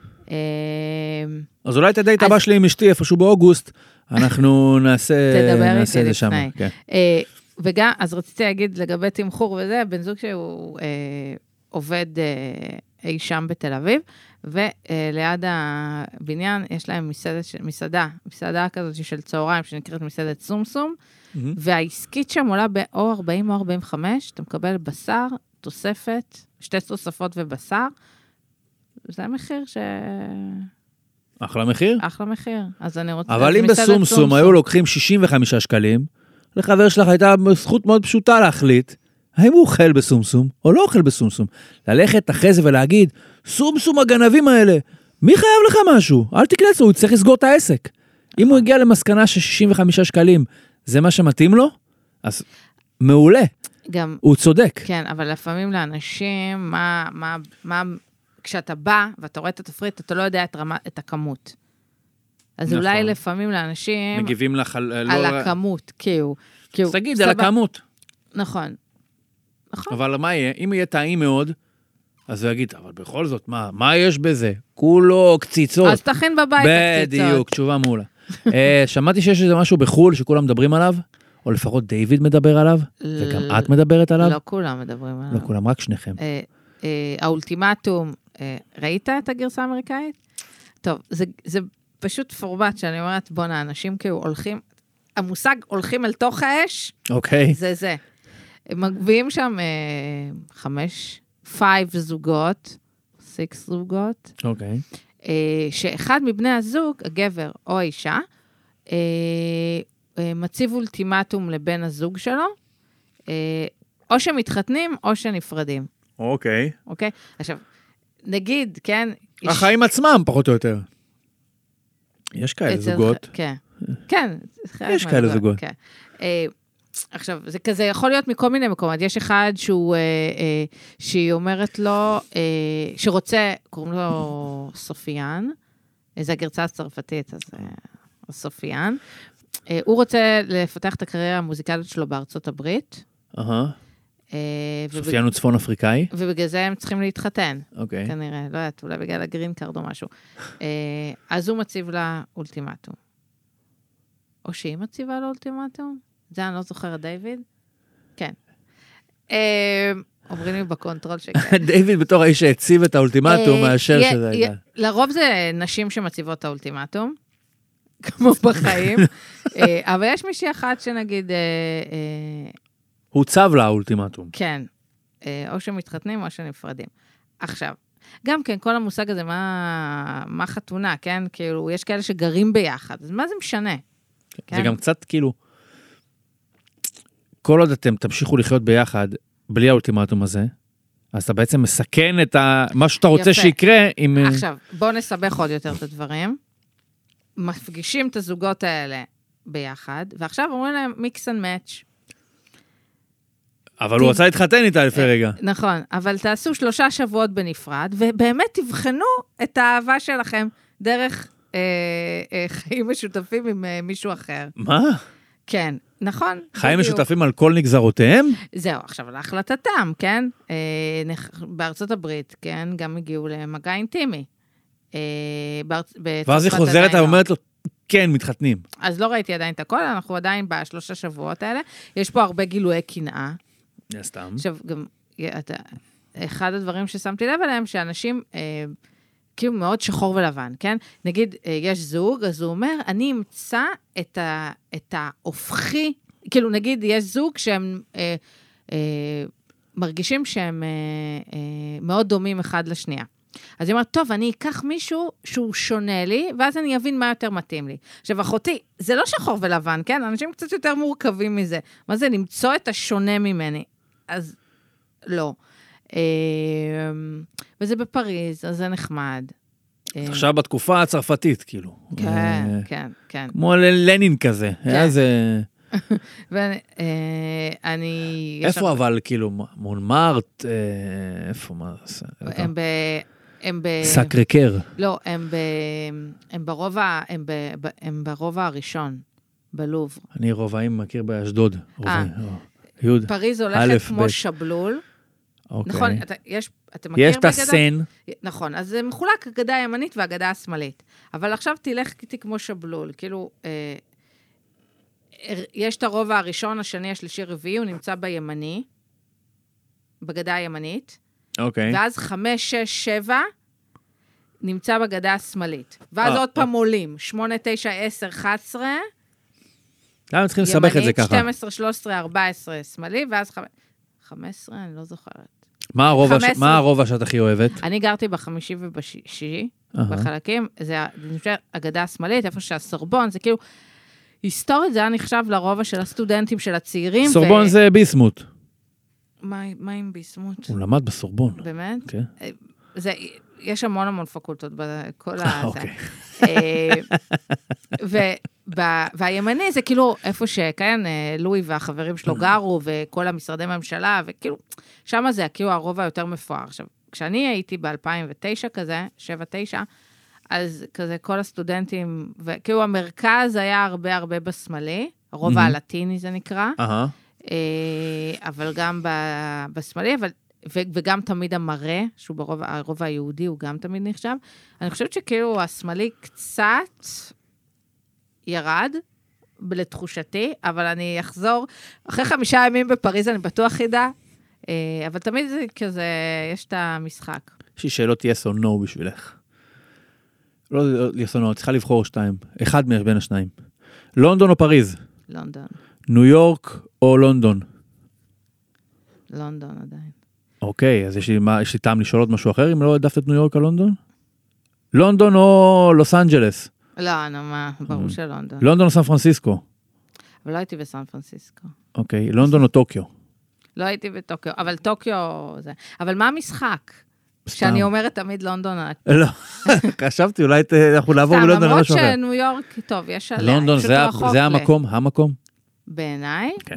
אז אולי תדעי את הבא שלי עם אשתי, איפשהו באוגוסט, אנחנו נעשה את זה שם. וגם, אז רציתי להגיד לגבי תמחור וזה, בן זוג שהוא עובד אי שם בתל אביב, וליד הבניין יש להם מסעדה כזאת של צהריים, שנקראת מסעדת סומסום, והעסקית שם עולה או 40 או 45, אתה מקבל בשר, תוספת, 2 תוספות ובשר, זה המחיר אחלה מחיר? אחלה מחיר. אז אני רוצה... אבל אם בסומסום היו לוקחים 65 שקלים, לחבר שלך הייתה זכות מאוד פשוטה להחליט, האם הוא אוכל בסומסום, או לא אוכל בסומסום. ללכת אחרי זה ולהגיד, סומסום הגנבים האלה, מי חייב לך משהו? אל תקנס לו, הוא צריך לסגור את העסק. אם הוא הגיע למסקנה ש65 שקלים, זה מה שמתאים לו, אז מעולה. גם, הוא צודק. כן, אבל לפעמים לאנשים, כשאתה בא ואתה רואה את התפריט, אתה לא יודע את הכמות. אז נכון. אולי לפעמים לאנשים... מגיבים לך על הכמות, כאילו. אז תגיד, על הכמות. נכון. אבל מה יהיה? אם יהיה טעים מאוד, אז הוא יגיד, אבל בכל זאת, מה יש בזה? כולו קציצות. אז תכין בבית הקציצות. בדיוק, תשובה מעולה. שמעתי שיש איזה משהו בחול שכולם מדברים עליו, או לפחות דיוויד מדבר עליו, וגם את מדברת עליו. לא כולם מדברים עליו. לא כולם, רק שניכם. האולטימטום, ראית את הגרסה האמריקאית? טוב, זה פשוט פורמט שאני אומרת, בונה, אנשים כאילו הולכים, המושג הולכים אל תוך האש, אוקיי. זה. הם מגביעים שם 5 זוגות, 6 זוגות, אוקיי. שאחד מבני הזוג, הגבר או האישה, מציב אולטימטום לבן הזוג שלו, או שמתחתנים או שנפרדים. אוקיי. אוקיי? עכשיו, נגיד, כן... החיים עצמם, פחות או יותר. יש כאלה זוגות. כן. כן. יש כאלה זוגות. כן. עכשיו, זה כזה יכול להיות מכל מיני מקומות. יש אחד שהיא אומרת לו, שרוצה, קוראים לו סופיאן, זה הגרסה הצרפתית, אז סופיאן. הוא רוצה לפתח את הקריירה המוזיקלית שלו בארצות הברית. סופיאן הוא צפון אפריקאי. ובגלל זה הם צריכים להתחתן. אוקיי. כנראה, לא יודעת, אולי בגלל הגרין קארד או משהו. אז הוא מציב לה אולטימטום. או שהיא מציבה לו אולטימטום? זה אני לא זוכרת, דיוויד? כן. אומרים לי בקונטרול שכן. דיוויד בתור האיש שהציב את האולטימטום, מאשר שזה היה. לרוב זה נשים שמציבות את האולטימטום, כמו בחיים, אבל יש מישהי אחת שנגיד... הוצב לה האולטימטום. כן. או שמתחתנים או שנפרדים. עכשיו, גם כן, כל המושג הזה, מה חתונה, כן? כאילו, יש כאלה שגרים ביחד, אז מה זה משנה? זה גם קצת כאילו, כל עוד אתם תמשיכו לחיות ביחד, בלי האולטימטום הזה, אז אתה בעצם מסכן את מה שאתה רוצה שיקרה עם... עכשיו, בואו נסבך עוד יותר את הדברים. מפגישים את הזוגות האלה ביחד, ועכשיו אומרים להם מיקס אנד מאץ'. אבל הוא רצה להתחתן איתה לפני רגע. נכון, אבל תעשו 3 שבועות בנפרד, ובאמת תבחנו את האהבה שלכם דרך חיים משותפים עם מישהו אחר. מה? כן, נכון. חיים משותפים על כל נגזרותיהם? זהו, עכשיו, להחלטתם, כן? בארצות הברית, כן? גם הגיעו למגע אינטימי. ואז היא חוזרת ואומרת לו, כן, מתחתנים. אז לא ראיתי עדיין את הכל, אנחנו עדיין ב3 שבועות האלה. יש פה הרבה גילויי קנאה. סתם. עכשיו, גם, אחד הדברים ששמתי לב עליהם, שאנשים, כאילו מאוד שחור ולבן, כן? נגיד, יש זוג, אז הוא אומר, אני אמצא את ההופכי, כאילו, נגיד, יש זוג שהם מרגישים שהם מאוד דומים אחד לשנייה. אז היא אומרת, טוב, אני אקח מישהו שהוא שונה לי, ואז אני אבין מה יותר מתאים לי. עכשיו, אחותי, זה לא שחור ולבן, כן? אנשים קצת יותר מורכבים מזה. מה זה? למצוא את השונה ממני. אז לא. וזה בפריז, אז זה נחמד. עכשיו בתקופה הצרפתית, כאילו. כן, כן, כן. כמו לנין כזה. היה זה... ואני... איפה אבל, כאילו, מונמרט, איפה, מה זה? הם סקרקר. לא, הם ברובע הראשון, בלובר. אני רובעים מכיר באשדוד. פריז הולכת כמו שבלול. נכון, אתה מכיר יש את הסן. נכון, אז זה מחולק הגדה הימנית והגדה השמאלית. אבל עכשיו תלך איתי כמו שבלול. כאילו, יש את הרובע הראשון, השני, השלישי, רביעי, הוא נמצא בימני, בגדה הימנית. אוקיי. ואז 5, 6, 7 נמצא בגדה השמאלית. ואז עוד פעם עולים, 8, 9, 10, 11. למה צריכים לסבך את זה ככה? 12, 13, 14 שמאלי, ואז 15, אני לא זוכרת. מה הרובע שאת הכי אוהבת? אני גרתי בחמישי ובשישי, בחלקים, זה הגדה השמאלית, איפה שהסורבון, זה כאילו, היסטורית זה היה נחשב לרובע של הסטודנטים, של הצעירים. סורבון זה ביסמוט. מה עם ביסמוט? הוא למד בסורבון. באמת? כן. יש המון פקולטות בכל אוקיי. והימני זה כאילו איפה שכאן לואי והחברים שלו גרו, וכל המשרדי ממשלה, וכאילו, שם זה כאילו הרוב היותר מפואר. עכשיו, כשאני הייתי ב-2009 כזה, 7-9, אז כזה כל הסטודנטים, וכאילו המרכז היה הרבה בשמאלי, הרוב הלטיני זה נקרא, אבל גם בשמאלי, וגם תמיד המראה, שהוא הרוב היהודי, הוא גם תמיד נחשב. אני חושבת שכאילו השמאלי קצת ירד, לתחושתי, אבל אני אחזור, אחרי 5 ימים בפריז אני בטוח ידע, אבל תמיד זה כזה, יש את המשחק. יש לי שאלות yes or no בשבילך. לא yes or no, צריכה לבחור 2. אחד בין השניים. לונדון או פריז? לונדון. ניו יורק או לונדון? לונדון עדיין. אוקיי, אז יש לי טעם לשאול עוד משהו אחר, אם לא העדפת את ניו יורק או לונדון? לונדון או לוס אנג'לס? לא, נו מה, ברור שלונדון. לונדון או סן פרנסיסקו? אבל לא הייתי בסן פרנסיסקו. אוקיי, לונדון או טוקיו? לא הייתי בטוקיו, אבל טוקיו זה. אבל מה המשחק? שאני אומרת תמיד לונדון. לא, חשבתי, אולי אנחנו לעבור בלונדון למשהו אחר. למרות שניו יורק, טוב, יש עליה. לונדון זה המקום? בעיניי? כן.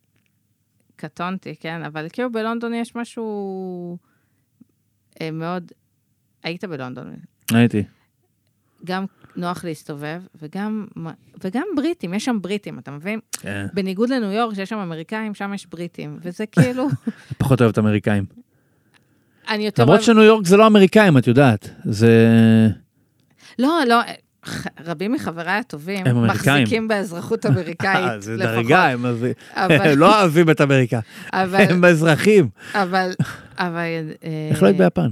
קטונתי, כן, אבל כאילו בלונדון יש משהו מאוד... היית בלונדון? הייתי. גם נוח להסתובב, וגם בריטים, יש שם בריטים, אתה מבין? כן. בניגוד לניו יורק, שיש שם אמריקאים, שם יש בריטים, וזה כאילו... פחות אוהבת אמריקאים. אני יותר למרות שניו יורק זה לא אמריקאים, את יודעת. זה... לא, רבים מחבריי הטובים מחזיקים באזרחות אמריקאית לפחות. זה דרגה, הם לא אוהבים את אמריקה. הם אזרחים. אבל... איך לא היית ביפן?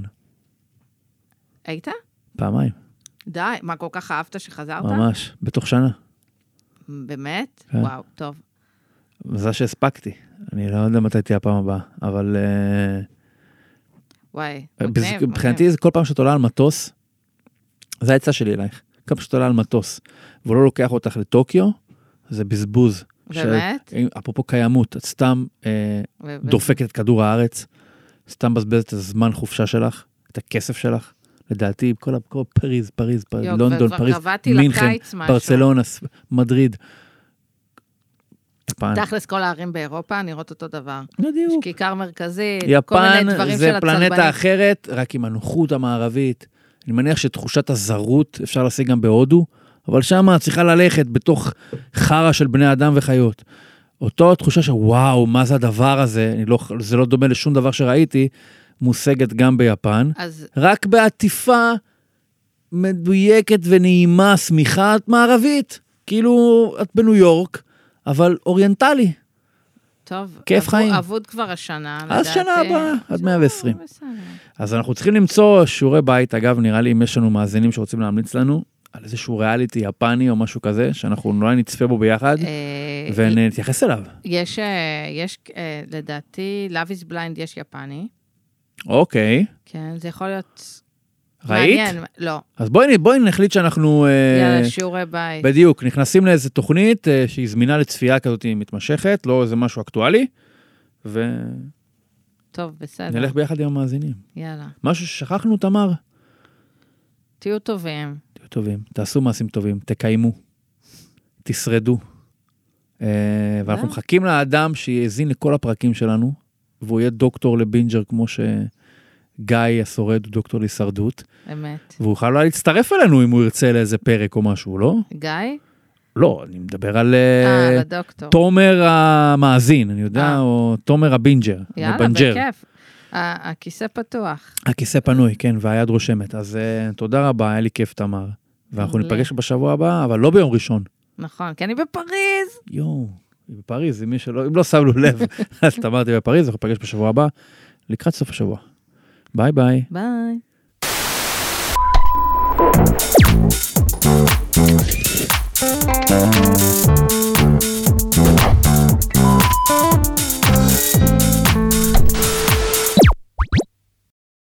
היית? פעמיים. די, מה כל כך אהבת שחזרת? ממש, בתוך שנה. באמת? וואו, טוב. זה שהספקתי. אני לא יודע מתי תהיה הפעם הבאה, אבל... וואי, מבחינתי זה כל פעם שאת עולה על מטוס, זה העצה שלי אלייך, כל פעם שאת עולה על מטוס, והוא לא לוקח אותך לטוקיו, זה בזבוז. באמת? אפרופו קיימות, את סתם דופקת את כדור הארץ, סתם בזבזת את הזמן חופשה שלך, את הכסף שלך, לדעתי, כל פריז, לונדון, פריז, מינכן, ברצלונה, מדריד. תכלס כל הערים באירופה נראות אותו דבר. בדיוק. יש כיכר מרכזית, יפן זה פלנטה אחרת, רק עם הנוחות המערבית. אני מניח שתחושת הזרות אפשר להשיג גם בהודו, אבל שם צריכה ללכת בתוך חרה של בני אדם וחיות. אותו התחושה שוואו, מה זה הדבר הזה, זה לא דומה לשום דבר שראיתי, מושגת גם ביפן, רק בעטיפה מדויקת ונעימה, סמיכה מערבית. כאילו את בניו יורק, אבל אוריינטלי. טוב, כיף חיים. עבוד כבר השנה. אז שנה הבאה, עד 120. אז אנחנו צריכים למצוא שיעורי בית, אגב, נראה לי אם יש לנו מאזינים שרוצים להמליץ לנו, על איזשהו ריאליטי יפני או משהו כזה, שאנחנו אולי נצפה בו ביחד, ונתייחס אליו. יש, לדעתי, Love is Blind יש יפני. אוקיי. כן, זה יכול להיות... ראית? מעניין, לא. אז בואי נחליט שאנחנו... יאללה, שיעורי בית. בדיוק, נכנסים לאיזו תוכנית שהיא זמינה לצפייה כזאת מתמשכת, לא איזה משהו אקטואלי, טוב, בסדר. נלך ביחד עם המאזינים. יאללה. משהו ששכחנו, תמר? תהיו טובים. תהיו טובים, תעשו מעשים טובים, תקיימו, תשרדו. ואנחנו מחכים לאדם שיאזין לכל הפרקים שלנו, והוא יהיה דוקטור לבינג'ר כמו גיא השורד הוא דוקטור להישרדות. אמת. והוא יכול אולי להצטרף אלינו אם הוא ירצה לאיזה פרק או משהו, לא? גיא? לא, אני מדבר על הדוקטור. תומר המאזין, אני יודע, או תומר הבינג'ר. יאללה, בכיף. הכיסא פתוח. הכיסא פנוי, כן, והיד רושמת. אז תודה רבה, היה לי כיף, תמר. ואנחנו ניפגש בשבוע הבא, אבל לא ביום ראשון. נכון, כי אני בפריז. יואו, בפריז, אם לא שמנו לב, אז תמרתי בפריז, אנחנו ניפגש בשבוע הבא, לקראת סוף השבוע. ביי ביי. ביי.